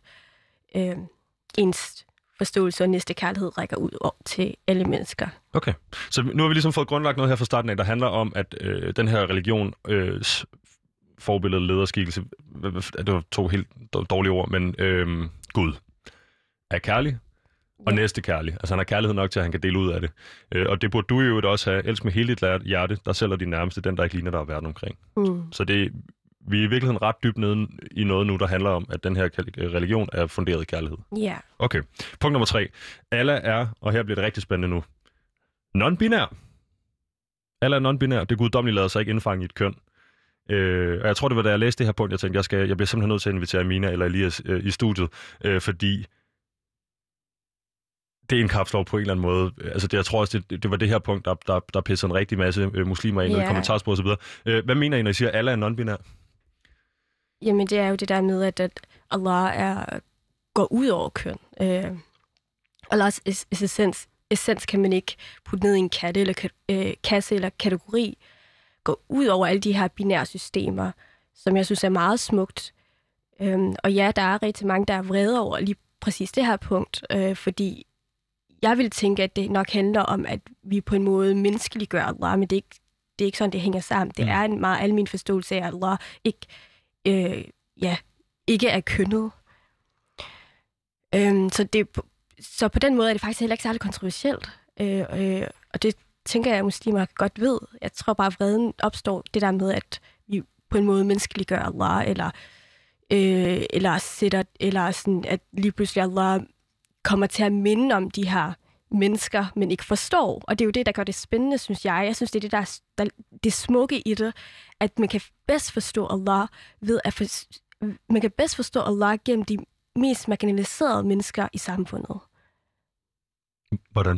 ens forståelse og næste kærlighed rækker ud til alle mennesker. Okay, så nu har vi ligesom fået grundlagt noget her fra starten af, der handler om, at den her religion forbillede lederskikkelse, det var 2 helt dårlige ord, men Gud er kærlig og næste kærlig. Altså han har kærlighed nok til, at han kan dele ud af det. Og det burde du jo også have. Elsk med hele dit hjerte, der sælger din nærmeste, den der ikke ligner, der er verden omkring. Så vi er i virkeligheden ret dybt nede i noget nu, der handler om, at den her religion er funderet i kærlighed. Ja. Yeah. Okay. Punkt nummer 3. Allah er, og her bliver det rigtig spændende nu, non-binær. Allah er non-binær. Det guddommelige lader sig ikke indfange i et køn. Og jeg tror, det var da jeg læste det her punkt, jeg tænkte, jeg bliver simpelthen nødt til at invitere Amina eller Elias i studiet, fordi det er en kapslov på en eller anden måde. Altså jeg tror også, det var det her punkt, der pisser en rigtig masse muslimer ind i kommentarspor og så videre. Hvad mener I, når I siger, at Allah er non-binær? Jamen, det er jo det der med, at Allah går ud over køn. Allahs essens kan man ikke putte ned i en kasse eller kategori. Går ud over alle de her binære systemer, som jeg synes er meget smukt. Og ja, der er rigtig mange, der er vrede over lige præcis det her punkt, fordi jeg vil tænke, at det nok handler om, at vi på en måde menneskeliggør Allah, men det er ikke sådan, det hænger sammen. Det er en meget almen forståelse af, at Allah ikke er kønnet. Så på den måde er det faktisk heller ikke særlig kontroversielt. Og det tænker jeg, at muslimer godt ved. Jeg tror bare, at vreden opstår det der med, at vi på en måde menneskeliggør Allah, eller sådan, at lige pludselig Allah kommer til at minde om de her mennesker, men ikke forstår. Og det er jo det, der gør det spændende, synes jeg. Jeg synes, det er det smukke i det, at man kan bedst forstå Allah ved at man kan bedst forstå Allah gennem de mest marginaliserede mennesker i samfundet. Hvordan?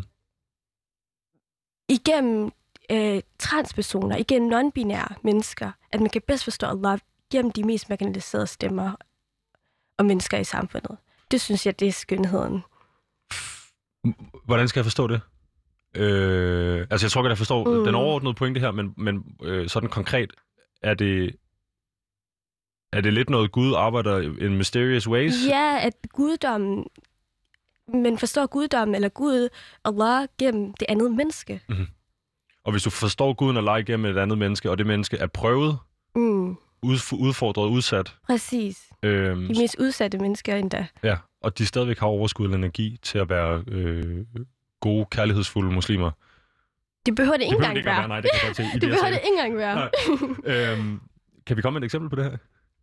Igennem transpersoner, igennem non-binære mennesker, at man kan bedst forstå Allah gennem de mest marginaliserede stemmer og mennesker i samfundet. Det synes jeg, det er skønheden. Hvordan skal jeg forstå det? Altså, jeg tror godt, jeg forstår den overordnede pointe her, men sådan konkret, er det lidt noget, Gud arbejder in mysterious ways? Ja, at guddommen, man forstår guddommen, eller Gud, Allah, gennem det andet menneske. Mm-hmm. Og hvis du forstår Guden Allah gennem et andet menneske, og det menneske er prøvet, udfordret, udsat. Præcis. De mest udsatte mennesker endda. Ja, og de stadigvæk har overskud eller energi til at være gode, kærlighedsfulde muslimer. Det behøver det ikke engang være. Nej, det kan jeg godt se. Det behøver det ikke engang være. Kan vi komme med et eksempel på det her?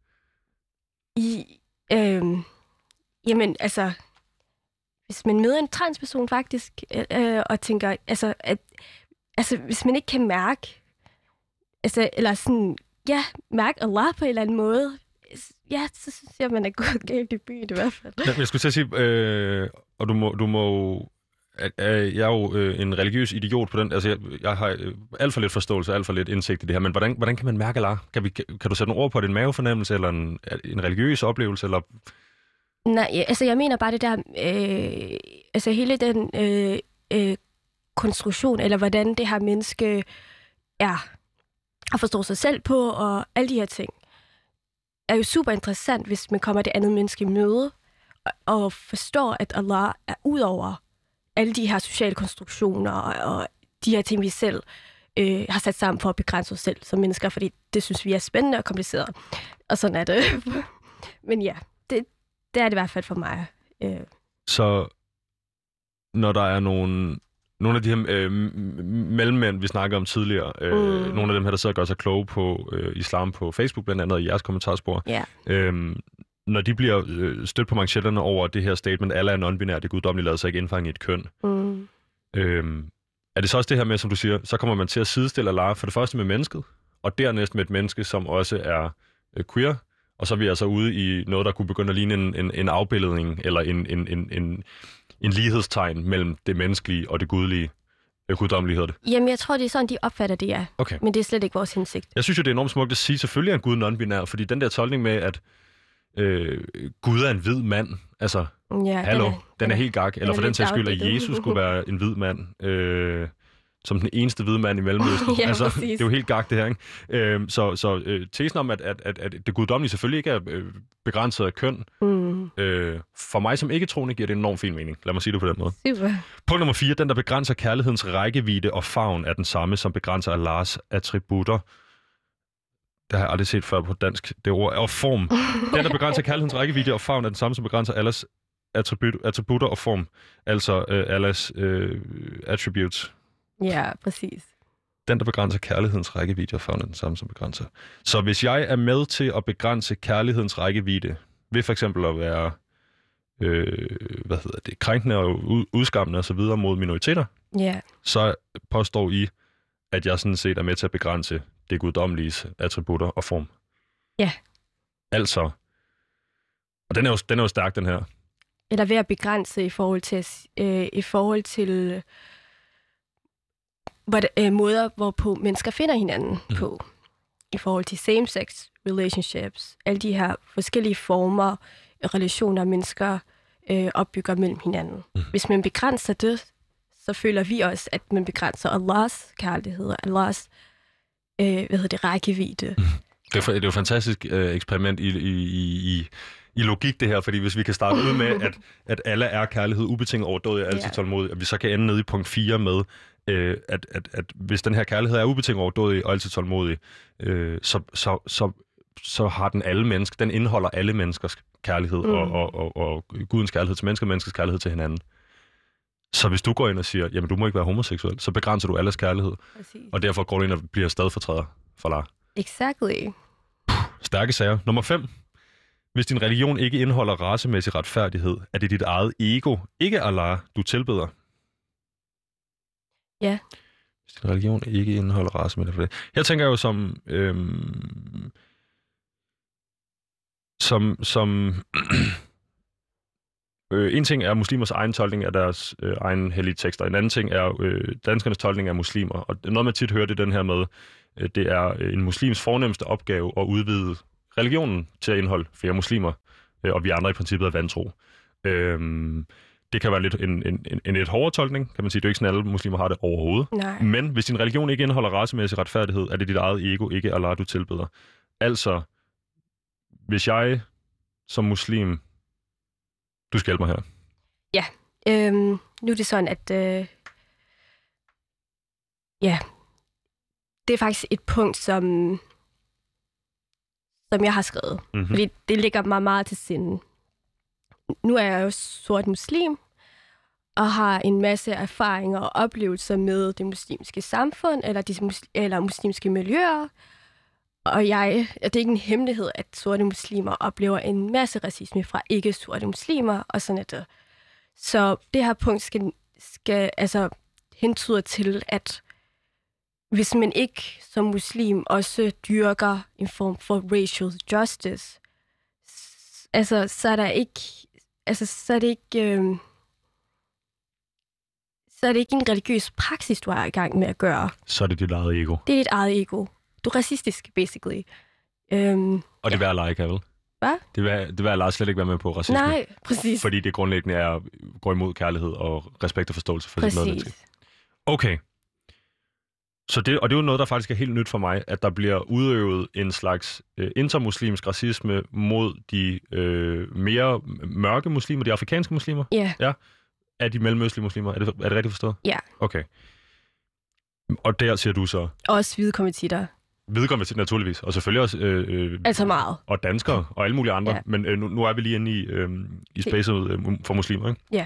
Jamen, altså, hvis man møder en transperson faktisk, og tænker, hvis man ikke kan mærke, eller sådan, mærke Allah på en eller anden måde, så synes jeg, man er gået galt i byen i hvert fald. Jeg skulle til at sige, og du må jeg er jo en religiøs idiot på den. Altså, jeg har alt for lidt forståelse, alt for lidt indsigt i det her. Men hvordan kan man mærke Allah? Kan du sætte nogle ord på det? En mavefornemmelse, eller en religiøs oplevelse? Eller? Nej, altså jeg mener bare det der... hele den konstruktion, eller hvordan det her menneske er at forstå sig selv på, og alle de her ting, er jo super interessant, hvis man kommer det andet menneske i møde, og forstår, at Allah er ud over alle de her sociale konstruktioner og de her ting, vi selv har sat sammen for at begrænse os selv som mennesker, fordi det synes vi er spændende og kompliceret. Og sådan er det. Men ja, det er det i hvert fald for mig. Så når der er nogle af de her mellemmænd, vi snakker om tidligere, nogle af dem her, der sidder og gør sig kloge på islam på Facebook, blandt andet i jeres kommentarspor, når de bliver stødt på manchetterne over det her statement, Allah er non-binær, det guddommelige lader sig ikke indfange i et køn. Er det så også det her med, som du siger, så kommer man til at sidestille Allah for det første med mennesket, og dernæst med et menneske, som også er queer, og så er vi altså ude i noget, der kunne begynde at ligne en afbildning, eller en lighedstegn mellem det menneskelige og det gudelige. Guddommelige hedder det. Jamen, jeg tror, det er sådan, de opfatter det, ja. Okay. Men det er slet ikke vores hensigt. Jeg synes jo, det er enormt smukt at sige, selvfølgelig er en Gud non-binær, fordi den der tolkning med, at Gud er en hvid mand, altså, den er helt gak, eller for den sags skyld, at Jesus skulle være en hvid mand. som den eneste hvide mand i Mellemøsten. Ja, altså, præcis. det er jo helt gakt, det her, ikke? Så tesen om, at det guddommelige selvfølgelig ikke er begrænset af køn, for mig som ikke-troende giver det en enormt fin mening. Lad mig sige det på den måde. Super. Punkt nummer 4. Den, der begrænser kærlighedens rækkevidde og favn, er den samme, som begrænser Allahs attributter. Det har jeg aldrig set før på dansk. Det ord og form. Den, der begrænser kærlighedens rækkevidde og favn, er den samme, som begrænser Allahs attributter og form. Altså Allahs attributes. Ja, præcis. Den, der begrænser kærlighedens rækkevidde og favn, er den samme, som begrænser. Så hvis jeg er med til at begrænse kærlighedens rækkevidde, ved for eksempel at være krænkende og udskammende og så videre mod minoriteter, Ja. så påstår I, at jeg sådan set er med til at begrænse det guddommeliges attributter og form. Ja. Altså, og den er jo stærk, den her. Eller ved at begrænse i forhold til måder, hvorpå mennesker finder hinanden på. I forhold til same-sex relationships. Alle de her forskellige former, relationer, mennesker opbygger mellem hinanden. Hvis man begrænser det, så føler vi også, at man begrænser Allahs kærlighed og Allahs rækkevidde. Det er jo et fantastisk eksperiment i logik, det her, fordi hvis vi kan starte ud med, at alle er kærlighed, ubetinget overdådig og altid tålmodig, at vi så kan ende nede i punkt 4 med, at hvis den her kærlighed er ubetinget overdådig og altid tålmodig, så har den alle mennesker, den indeholder alle menneskers kærlighed og Gudens kærlighed til mennesker, menneskers kærlighed til hinanden. Så hvis du går ind og siger, jamen du må ikke være homoseksuel, så begrænser du alles kærlighed. Præcis. Og derfor går du ind og bliver stedfortræder for Allah. Exactly. Stærke sager. Nummer 5. Hvis din religion ikke indeholder racemæssig retfærdighed, er det dit eget ego, ikke Allah, du tilbeder. Ja. Hvis din religion ikke indeholder racemæssig retfærdighed. Her tænker jeg jo som en ting er muslimers egen tolkning af deres egen hellige tekster. En anden ting er danskernes tolkning af muslimer. Og noget, man tit hører, det den her med, det er en muslims fornemmeste opgave at udvide religionen til at indeholde flere muslimer, og vi andre i princippet er vantro. Det kan være lidt en lidt hårdere tolkning, kan man sige. Det er ikke sådan, alle muslimer har det overhovedet. Nej. Men hvis din religion ikke indeholder racemæssig retfærdighed, er det dit eget ego, ikke Allah, du tilbeder. Altså, hvis jeg som muslim... Du skal hjælpe mig her. Ja. Nu er det sådan, at... det er faktisk et punkt, som jeg har skrevet. Mm-hmm. Fordi det ligger mig meget til sinde. Nu er jeg jo sort muslim, og har en masse erfaringer og oplevelser med det muslimske samfund, eller muslimske miljøer. Og det er ikke en hemmelighed, at sorte muslimer oplever en masse racisme fra ikke-sorte muslimer, og sådan er det. Så det her punkt skal altså hentyder til, at hvis man ikke som muslim også dyrker en form for racial justice, så er det ikke en religiøs praksis, du er i gang med at gøre. Så er det dit eget ego. Det er dit eget ego. Du er racistisk, basically. Og det vil Allah ikke have, vel? Hvad? Det vil Allah slet ikke være med på racisme. Nej, præcis. Fordi det grundlæggende går imod kærlighed og respekt og forståelse for sit medmenneske. Okay. Så det er jo noget, der faktisk er helt nyt for mig, at der bliver udøvet en slags intermuslimsk racisme mod de mere mørke muslimer, de afrikanske muslimer. Ja. Ja. Er de mellemøstlige muslimer? Er det rigtigt forstået? Ja. Okay. Og der siger du så? Også hvide konvertitter. Hvide konvertitter naturligvis, og selvfølgelig også... altså meget. Og danskere, og alle mulige andre. Ja. Men nu er vi lige inde i spacet for muslimer, ikke? Ja.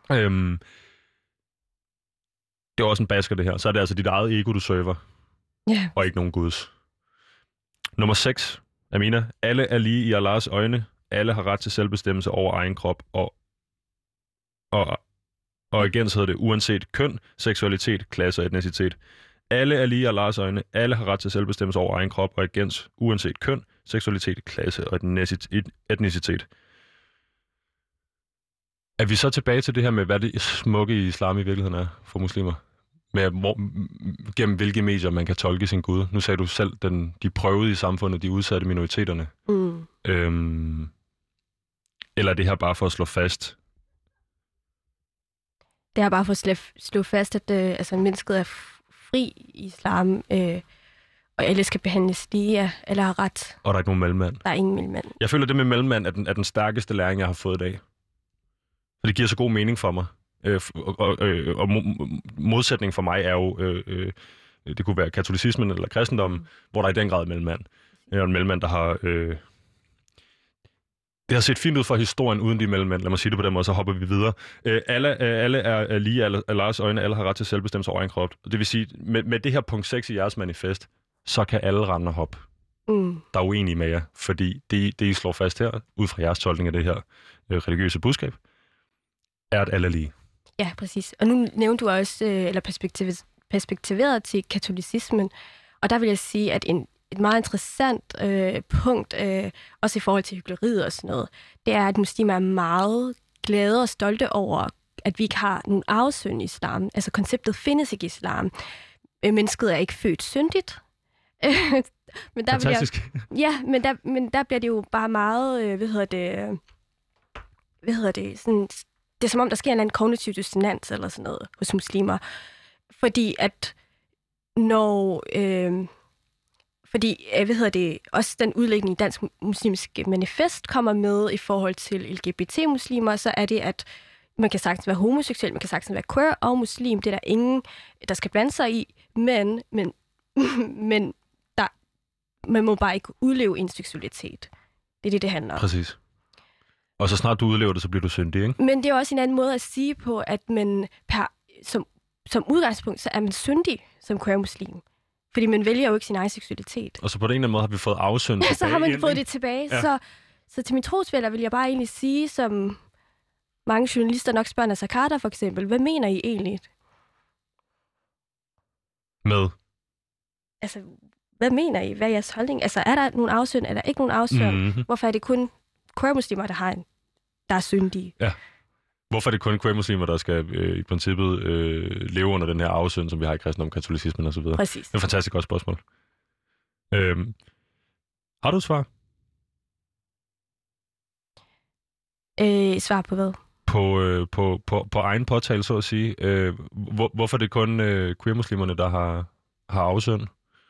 Det er også en basker, det her. Så er det altså dit eget ego, du server. Ja. Og ikke nogen guds. Nummer 6, Amina. Alle er lige i Allahs øjne. Alle har ret til selvbestemmelse over egen krop. Og igen så hedder det uanset køn, seksualitet, klasse og etnicitet. Alle er lige i Allahs øjne. Alle har ret til selvbestemmelse over egen krop. Og igen uanset køn, seksualitet, klasse og etnicitet. Er vi så tilbage til det her med, hvad det smukke i islam i virkeligheden er for muslimer? Med gennem hvilke medier man kan tolke sin Gud. Nu sagde du selv, de prøvede i samfundet, de udsatte minoriteterne. Eller er det her bare for at slå fast? Det er bare for at slå fast, at mennesket er fri i islam, og alle skal behandles lige, alle har ret. Og der er ikke nogen mellemmand. Der er ingen mellemmand. Jeg føler, det med mellemmand er den stærkeste læring, jeg har fået i dag. For det giver så god mening for mig. Og modsætning for mig er jo, det kunne være katolicismen eller kristendommen, hvor der i den grad er mellemmand. En mellemmand, der har... Det har set fint ud for historien uden de mellemmænd. Lad mig sige det på den måde, så hopper vi videre. Alle er lige Allahs øjne. Alle har ret til selvbestemmelse over egen krop. Det vil sige, med det her punkt 6 i jeres manifest, så kan alle rende og hoppe. Der er uenige med jer, fordi det I slår fast her, ud fra jeres tolkning af det her religiøse budskab, er, at alle er lige. Ja, præcis. Og nu nævnte du også, eller perspektiveret til katolicismen, og der vil jeg sige, at et meget interessant punkt, også i forhold til hykleriet og sådan noget, det er, at muslimer er meget glade og stolte over, at vi ikke har nogen arvesynd i islam. Altså konceptet findes ikke i islam. Mennesket er ikke født syndigt. Men der fantastisk. Men der bliver det jo bare meget, sådan, det er som om, der sker en eller anden kognitiv dissonans eller sådan noget hos muslimer. Fordi at når... også den udlægning i Dansk Muslimsk Manifest kommer med i forhold til LGBT-muslimer, så er det, at man kan sagtens være homoseksuel, man kan sagtens være queer og muslim. Det er der ingen, der skal blande sig i, men man må bare ikke udleve en seksualitet. Det er det handler om. Præcis. Og så snart du udlever det, så bliver du syndig, ikke? Men det er også en anden måde at sige på, at man som udgangspunkt, så er man syndig som queer-muslim. Fordi man vælger jo ikke sin egen seksualitet. Og så på den ene måde har vi fået afsøgt tilbage. Så har man fået det tilbage. Ja. Så til min trosfæller vil jeg bare egentlig sige, som mange journalister nok spørger Naser Khader for eksempel, hvad mener I egentlig? Med? Altså, hvad mener I? Hvad er jeres holdning? Altså, er der nogen afsøgt? Er der ikke nogen afsøgt? Mm-hmm. Hvorfor er det kun queer-muslimer, der er syndige? Ja. Hvorfor er det kun queer-muslimer, der skal i princippet leve under den her afsøgning, som vi har i kristendom, katolicismen osv.? Præcis. Det er et fantastisk godt spørgsmål. Har du et svar? Svar på hvad? På egen påtale, så at sige. Hvorfor er det kun queer-muslimerne, der har afsøgning?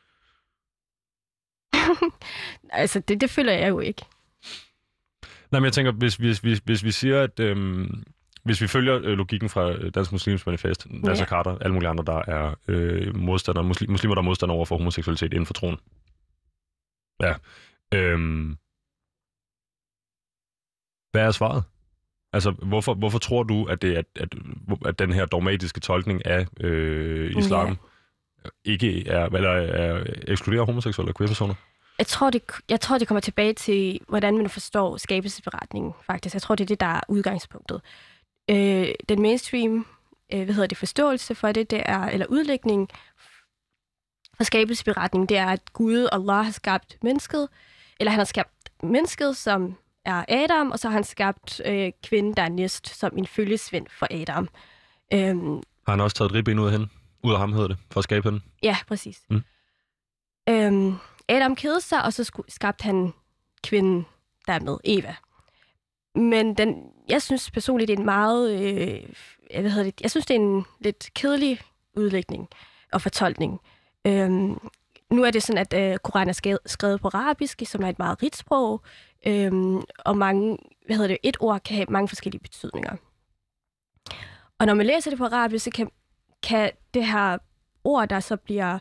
Altså, det føler jeg jo ikke. Nej, men jeg tænker, hvis vi siger, at hvis vi følger logikken fra Dansk Muslimsk Manifest, Naser Khader, alle mulige andre, der er modstandere, muslimer, der er modstandere over for homoseksualitet inden for troen. Ja. Hvad er svaret? Altså, hvorfor tror du, at det at den her dogmatiske tolkning af islam ikke er ekskluderer homoseksuelle og queer-personer? Jeg tror, det kommer tilbage til, hvordan man forstår skabelsesberetningen, faktisk. Jeg tror, det er det, der er udgangspunktet. Den mainstream forståelse for det er, eller udlægning for skabelsesberetningen, det er, at Gud, Allah, har skabt mennesket, eller han har skabt mennesket, som er Adam, og så har han skabt kvinden, der er næst, som en følgesvend for Adam. Har han også taget et ribben ud af ham, hedder det, for at skabe hende? Ja, præcis. Adam kedede sig, og så skabte han kvinden dermed, Eva. Men jeg synes personligt, det er en meget, jeg synes, det er en lidt kedelig udlægning og fortolkning. Nu er det sådan, at Koranen er skrevet på arabisk, som er et meget rigt sprog, og mange, et ord kan have mange forskellige betydninger. Og når man læser det på arabisk, så kan det her ord, der så bliver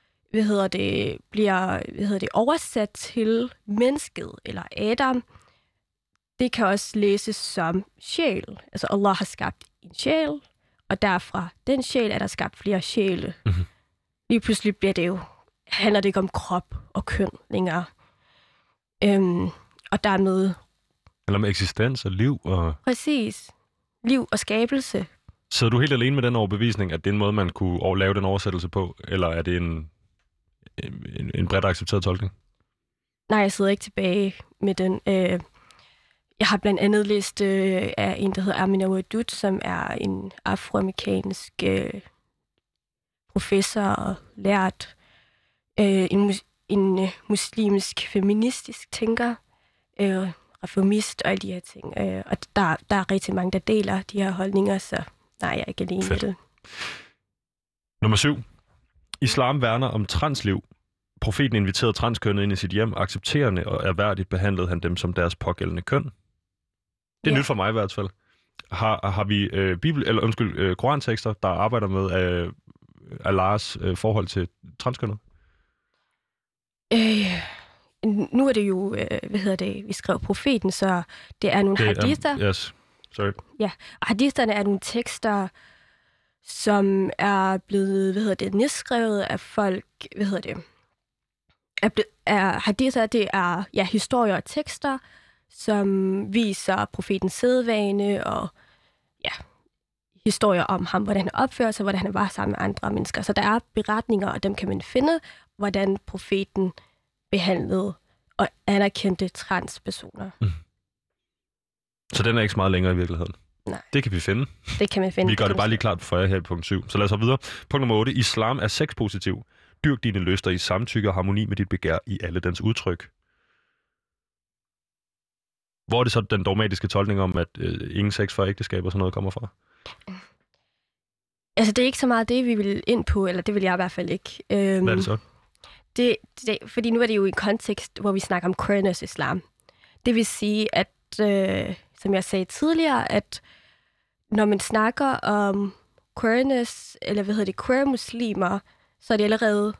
oversat til mennesket, eller Adam, det kan også læses som sjæl. Altså Allah har skabt en sjæl, og derfra den sjæl er der skabt flere sjæle. Mm-hmm. Lige pludselig handler det ikke om krop og køn længere. Og dermed... Eller om eksistens og liv. Præcis. Liv og skabelse. Så er du helt alene med den overbevisning, at det er en måde, man kunne lave den oversættelse på? Eller er det en bredt accepteret tolkning? Nej, jeg sidder ikke tilbage med den. Jeg har blandt andet læst af en, der hedder Amina Wadud, som er en afroamerikansk professor og lært, en muslimsk feministisk tænker, reformist og alle de her ting. Og der er rigtig mange, der deler de her holdninger, så nej, jeg er ikke alene med det. Nummer 7. Islam værner om transliv. Profeten inviterede transkønnede ind i sit hjem, accepterende og erhverdigt behandlede han dem som deres pågældende køn. Det er nyt for mig i hvert fald. Har vi korantekster, der arbejder med Allahs forhold til transkønnede? Nu er det jo, vi skrev profeten, så det er nogle hadither. Yes, sorry. Ja, og haditherne er nogle tekster, som er blevet, nedskrevet af folk, hadither, det er historier og tekster, som viser profetens sædvane og historier om ham, hvordan han opfører sig, hvordan han var sammen med andre mennesker. Så der er beretninger, og dem kan man finde, hvordan profeten behandlede og anerkendte transpersoner. Så den er ikke så meget længere i virkeligheden? Nej. Det kan vi finde. Det kan man finde. Vi gør det bare lige klart for jer her i punkt 7. Så lad os hoppe videre. Punkt nummer 8. Islam er sexpositiv. Dyrk dine lyster i samtykke og harmoni med dit begær i alle dens udtryk. Hvor er det så den dogmatiske tolkning om, at ingen sex før ægteskab og sådan noget kommer fra? Altså, det er ikke så meget det, vi vil ind på, eller det vil jeg i hvert fald ikke. Hvad er det så? Fordi nu er det jo i en kontekst, hvor vi snakker om queerness islam. Det vil sige, at, som jeg sagde tidligere, at når man snakker om queerness, eller queer muslimer, så er det allerede,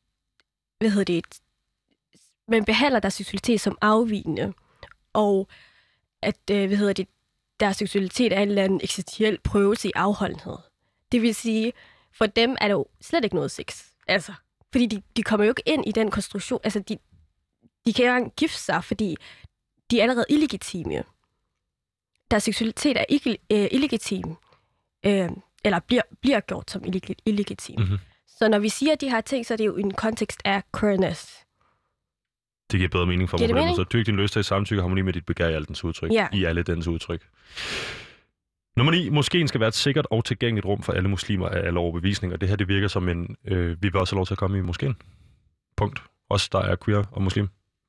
man behandler deres seksualitet som afvigende, og at, deres seksualitet er en eller anden eksistentiel prøvelse i afholdenhed. Det vil sige, for dem er det jo slet ikke noget sex. Altså, fordi de kommer jo ikke ind i den konstruktion. Altså, de kan ikke engang gifte sig, fordi de er allerede illegitime. Deres seksualitet er ikke illegitim, eller bliver gjort som illegitim. Mm-hmm. Så når vi siger de her ting, så er det jo en kontekst af queerness. Det giver bedre mening for mig på den måde. Så dyrk din lyst til i samtykke og harmoni med dit begær i alle dens udtryk. Ja. I alle dens udtryk. Nummer 9. Moskeen skal være et sikkert og tilgængeligt rum for alle muslimer af alle overbevisninger. Det her, det virker som en... vi vil også have lov til at komme i moskeen. Punkt. Os, der er queer og muslim.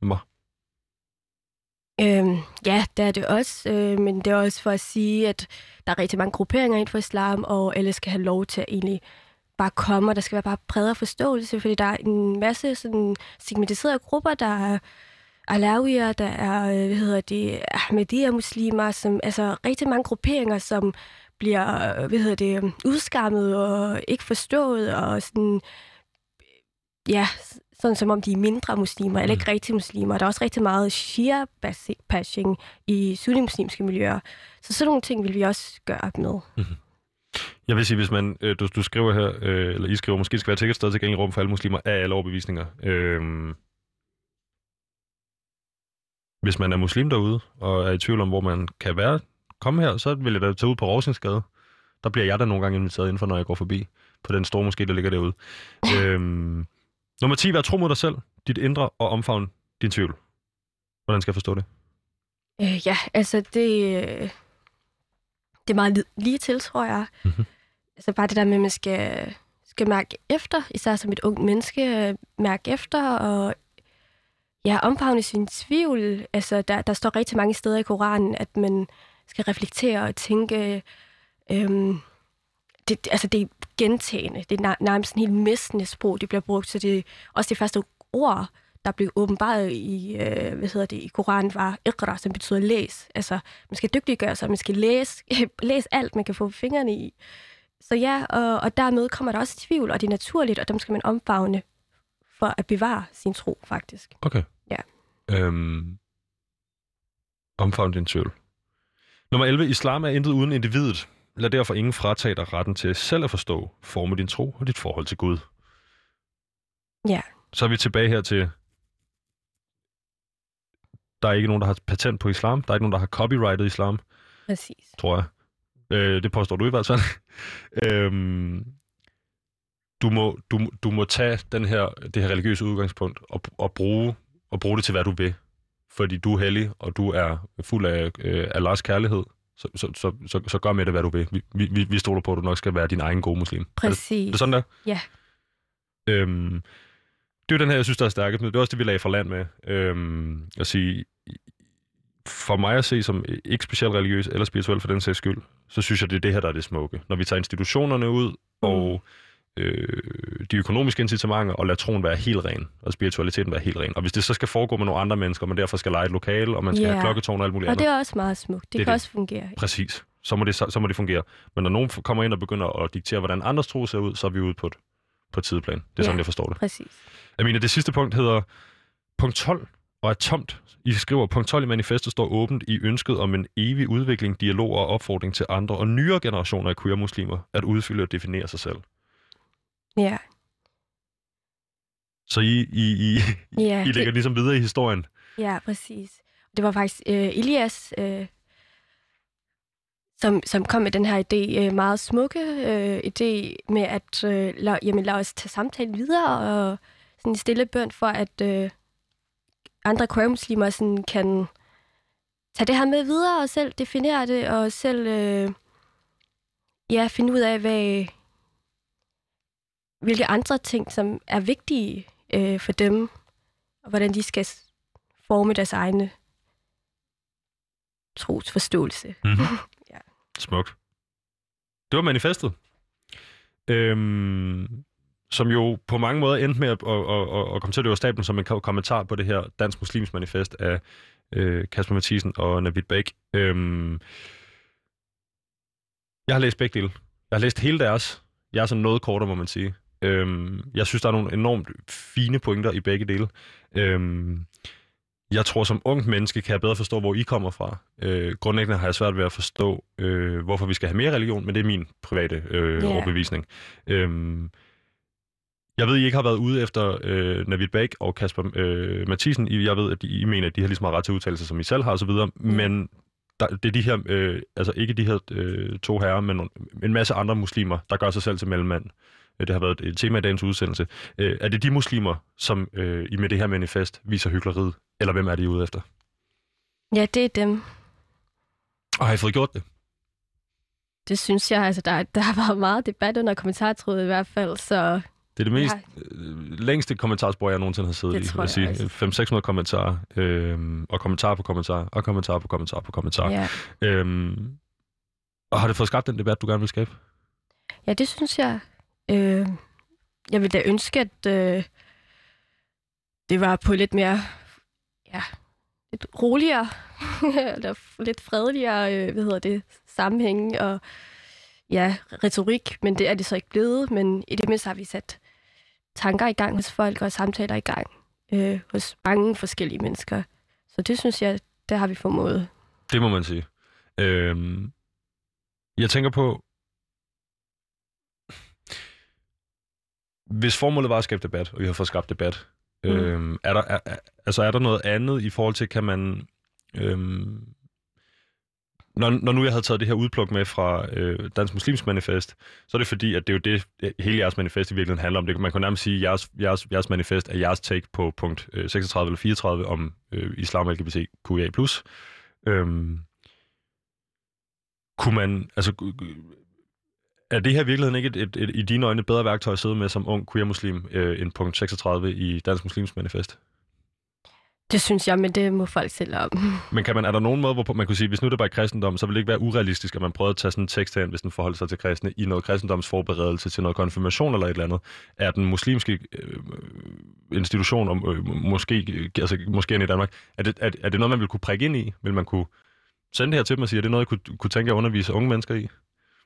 Ja, det er det også. Men det er også for at sige, at der er rigtig mange grupperinger inden for islam, og alle skal have lov til at egentlig bare komme, og der skal være bare bredere forståelse, fordi der er en masse sådan stigmatiserede grupper, der er alawier, der er, Ahmadiyya-muslimer, som, altså rigtig mange grupperinger, som bliver, udskammet og ikke forstået, og sådan, ja, sådan som om de er mindre muslimer, eller ikke rigtige muslimer. Der er også rigtig meget shia-bashing i sunni-muslimske miljøer. Så sådan nogle ting vil vi også gøre op med. Mm-hmm. Jeg vil sige, hvis man, du skriver her, eller I skriver, måske skal være et sted tilgængeligt rum for alle muslimer af alle overbevisninger. Hvis man er muslim derude, og er i tvivl om, hvor man kan komme her, så vil jeg da tage ud på Rovsingsgade. Der bliver jeg da nogle gange inviteret indenfor, når jeg går forbi på den store moské, der ligger derude. Nummer 10. Vær tro mod dig selv, dit indre og omfavn din tvivl. Hvordan skal jeg forstå det? Ja, altså det er meget lige til, tror jeg. Mm-hmm. Altså bare det der med, at man skal mærke efter, især som et ungt menneske, mærke efter og omfavne sin tvivl. Altså der står rigtig mange steder i Koranen, at man skal reflektere og tænke, det er gentagende. Det er nærmest en helt mistende sprog, det bliver brugt. Så det også det første ord, der blev åbenbaret i, i Koranen, var iqra, som betyder læs. Altså, man skal dygtiggøre sig, man skal læse alt, man kan få fingrene i. Så ja, og dermed kommer der også tvivl, og det er naturligt, og dem skal man omfavne for at bevare sin tro, faktisk. Okay. Ja. Omfavne din tvivl. Nummer 11. Islam er intet uden individet. Lad derfor ingen fratage dig retten til selv at forstå, forme din tro og dit forhold til Gud. Ja. Så er vi tilbage her til, der er ikke nogen, der har patent på islam. Der er ikke nogen, der har copyrightet islam. Præcis. Tror jeg. Det påstår du i hvert fald. Du må tage det her religiøse udgangspunkt og bruge det til, hvad du vil. Fordi du er hellig, og du er fuld af Allahs kærlighed. Så gør med det, hvad du vil. Vi stoler på, at du nok skal være din egen gode muslim. Præcis. Er det sådan der? Ja. Det er jo den her, jeg synes, der er stærkest. Men det er også det, vi lagde fra land med. At sige, for mig at se som ikke specielt religiøs eller spirituel for den sags skyld, så synes jeg, det er det her, der er det smukke. Når vi tager institutionerne ud, og de økonomiske incitamenter og lade troen være helt ren, og spiritualiteten være helt ren. Og hvis det så skal foregå med nogle andre mennesker, man derfor skal lege et lokale, og man skal have klokketårn og alt muligt andet. Og det er også meget smukt. Det kan også fungere. Præcis. Så må det fungere. Men når nogen kommer ind og begynder at diktere, hvordan andres tro ser ud, så er vi ude på et sideplan. Det er sådan, jeg forstår det. Præcis. Amina, det sidste punkt hedder punkt 12 og er tomt. I skriver, punkt 12 i manifestet står åbent i ønsket om en evig udvikling, dialog og opfordring til andre og nyere generationer af queer-muslimer at udfylde og definere sig selv. Ja. Så I lægger ligesom videre i historien. Ja, præcis. Det var faktisk Elias, som kom med den her idé, meget smukke idé med at lad os tage samtalen videre og sådan en stille bøn for, at andre queer-muslimer sådan kan tage det her med videre og selv definere det og selv finde ud af, hvilke andre ting, som er vigtige for dem, og hvordan de skal forme deres egne trosforståelse. Mm-hmm. Ja. Smukt. Det var manifestet. Som jo på mange måder endte med at komme til, at det var stablen som en kommentar på det her Dansk Muslims Manifest af Kasper Matthiesen og Navid Bæk. Jeg har læst begge dele. Jeg har læst hele deres. Jeg er sådan noget kortere, må man sige. Jeg synes, der er nogle enormt fine pointer i begge dele. Jeg tror, som ungt menneske kan jeg bedre forstå, hvor I kommer fra. Grundlæggende har jeg svært ved at forstå, hvorfor vi skal have mere religion, men det er min private overbevisning. Jeg ved, I ikke har været ude efter Navid Bæk og Kasper Matthiesen. Jeg ved, at I mener, at de har lige så meget ret til udtalelser, som I selv har osv., men det er de her, altså ikke de her to herrer, men en masse andre muslimer, der gør sig selv til mellemmand. Det har været et tema i dagens udsendelse. Er det de muslimer, som I med det her manifest viser hykleriet, eller hvem er de ude efter? Ja, det er dem. Og har I fået gjort det? Det synes jeg, altså der har været meget debat under kommentartrådet i hvert fald, så... Det er det mest længste kommentarspor, jeg nogensinde har siddet i. Jeg sige 500-600 kommentarer, og kommentar på kommentar, og kommentar på kommentar på kommentar. Ja. Og har det fået skabt den debat, du gerne vil skabe? Ja, det synes jeg. Jeg vil da ønske, at det var på lidt mere, lidt roligere, eller lidt fredeligere, sammenhæng og retorik, men det er det så ikke blevet, men i det mindste har vi sat tanker i gang hos folk og samtaler i gang hos mange forskellige mennesker. Så det synes jeg, det har vi formået. Det må man sige. Jeg tænker på, hvis formålet var at skabe debat, og vi har fået skabt debat, er der noget andet i forhold til, kan man... Når nu jeg havde taget det her udpluk med fra Dansk Muslims Manifest, så er det fordi, at det er jo det, hele jeres manifest i virkeligheden handler om. Man kan nærmest sige, at jeres manifest er jeres take på punkt 36 eller 34 om islam og LGBTQIA+. Kunne man... Er det her i virkeligheden ikke et i dine øjne bedre værktøj at sidde med som ung queer-muslim end punkt 36 i Dansk Muslims Manifest? Det synes jeg, men det må folk selv om. Men er der nogen måde, hvor man kunne sige, hvis nu det var i kristendom, så ville det ikke være urealistisk, at man prøvede at tage sådan en tekst hen, hvis den forholder sig til kristne, i noget kristendomsforberedelse til noget konfirmation eller et eller andet? Er den muslimske institution, måske i Danmark, er det noget, man ville kunne prikke ind i? Vil man kunne sende det her til dem og sige, er det noget, jeg kunne tænke at undervise unge mennesker i?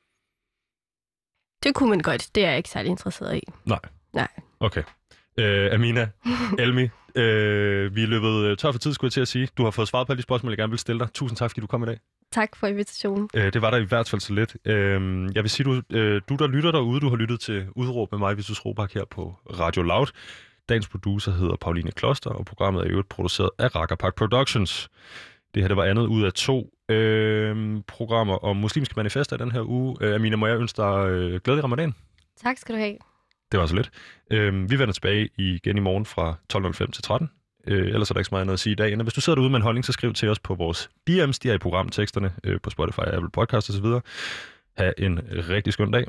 Det kunne man godt. Det er jeg ikke særlig interesseret i. Nej. Okay. Amina, Elmi, vi er løbet tør for tid, skulle jeg til at sige. Du har fået svaret på alle de spørgsmål, jeg gerne vil stille dig. Tusind tak, fordi du kom i dag. Tak for invitationen. Det var der i hvert fald så lidt. Jeg vil sige, du der lytter derude, du har lyttet til Udråb med mig, Vitus Robak, her på Radio Loud. Dagens producer hedder Pauline Kloster, og programmet er i øvrigt produceret af Rakkerpark Productions. Det her, det var andet ud af 2 programmer om muslimske manifester i den her uge. Amina, må jeg ønske dig glædelig ramadan. Tak skal du have. Det var så lidt. Vi vender tilbage igen i morgen fra 12.05 til 13. Ellers er der ikke så meget andet at sige i dag. Hvis du sidder derude med en holdning, så skriv til os på vores DM's. De er i programteksterne på Spotify, Apple Podcast osv. Ha' en rigtig skøn dag.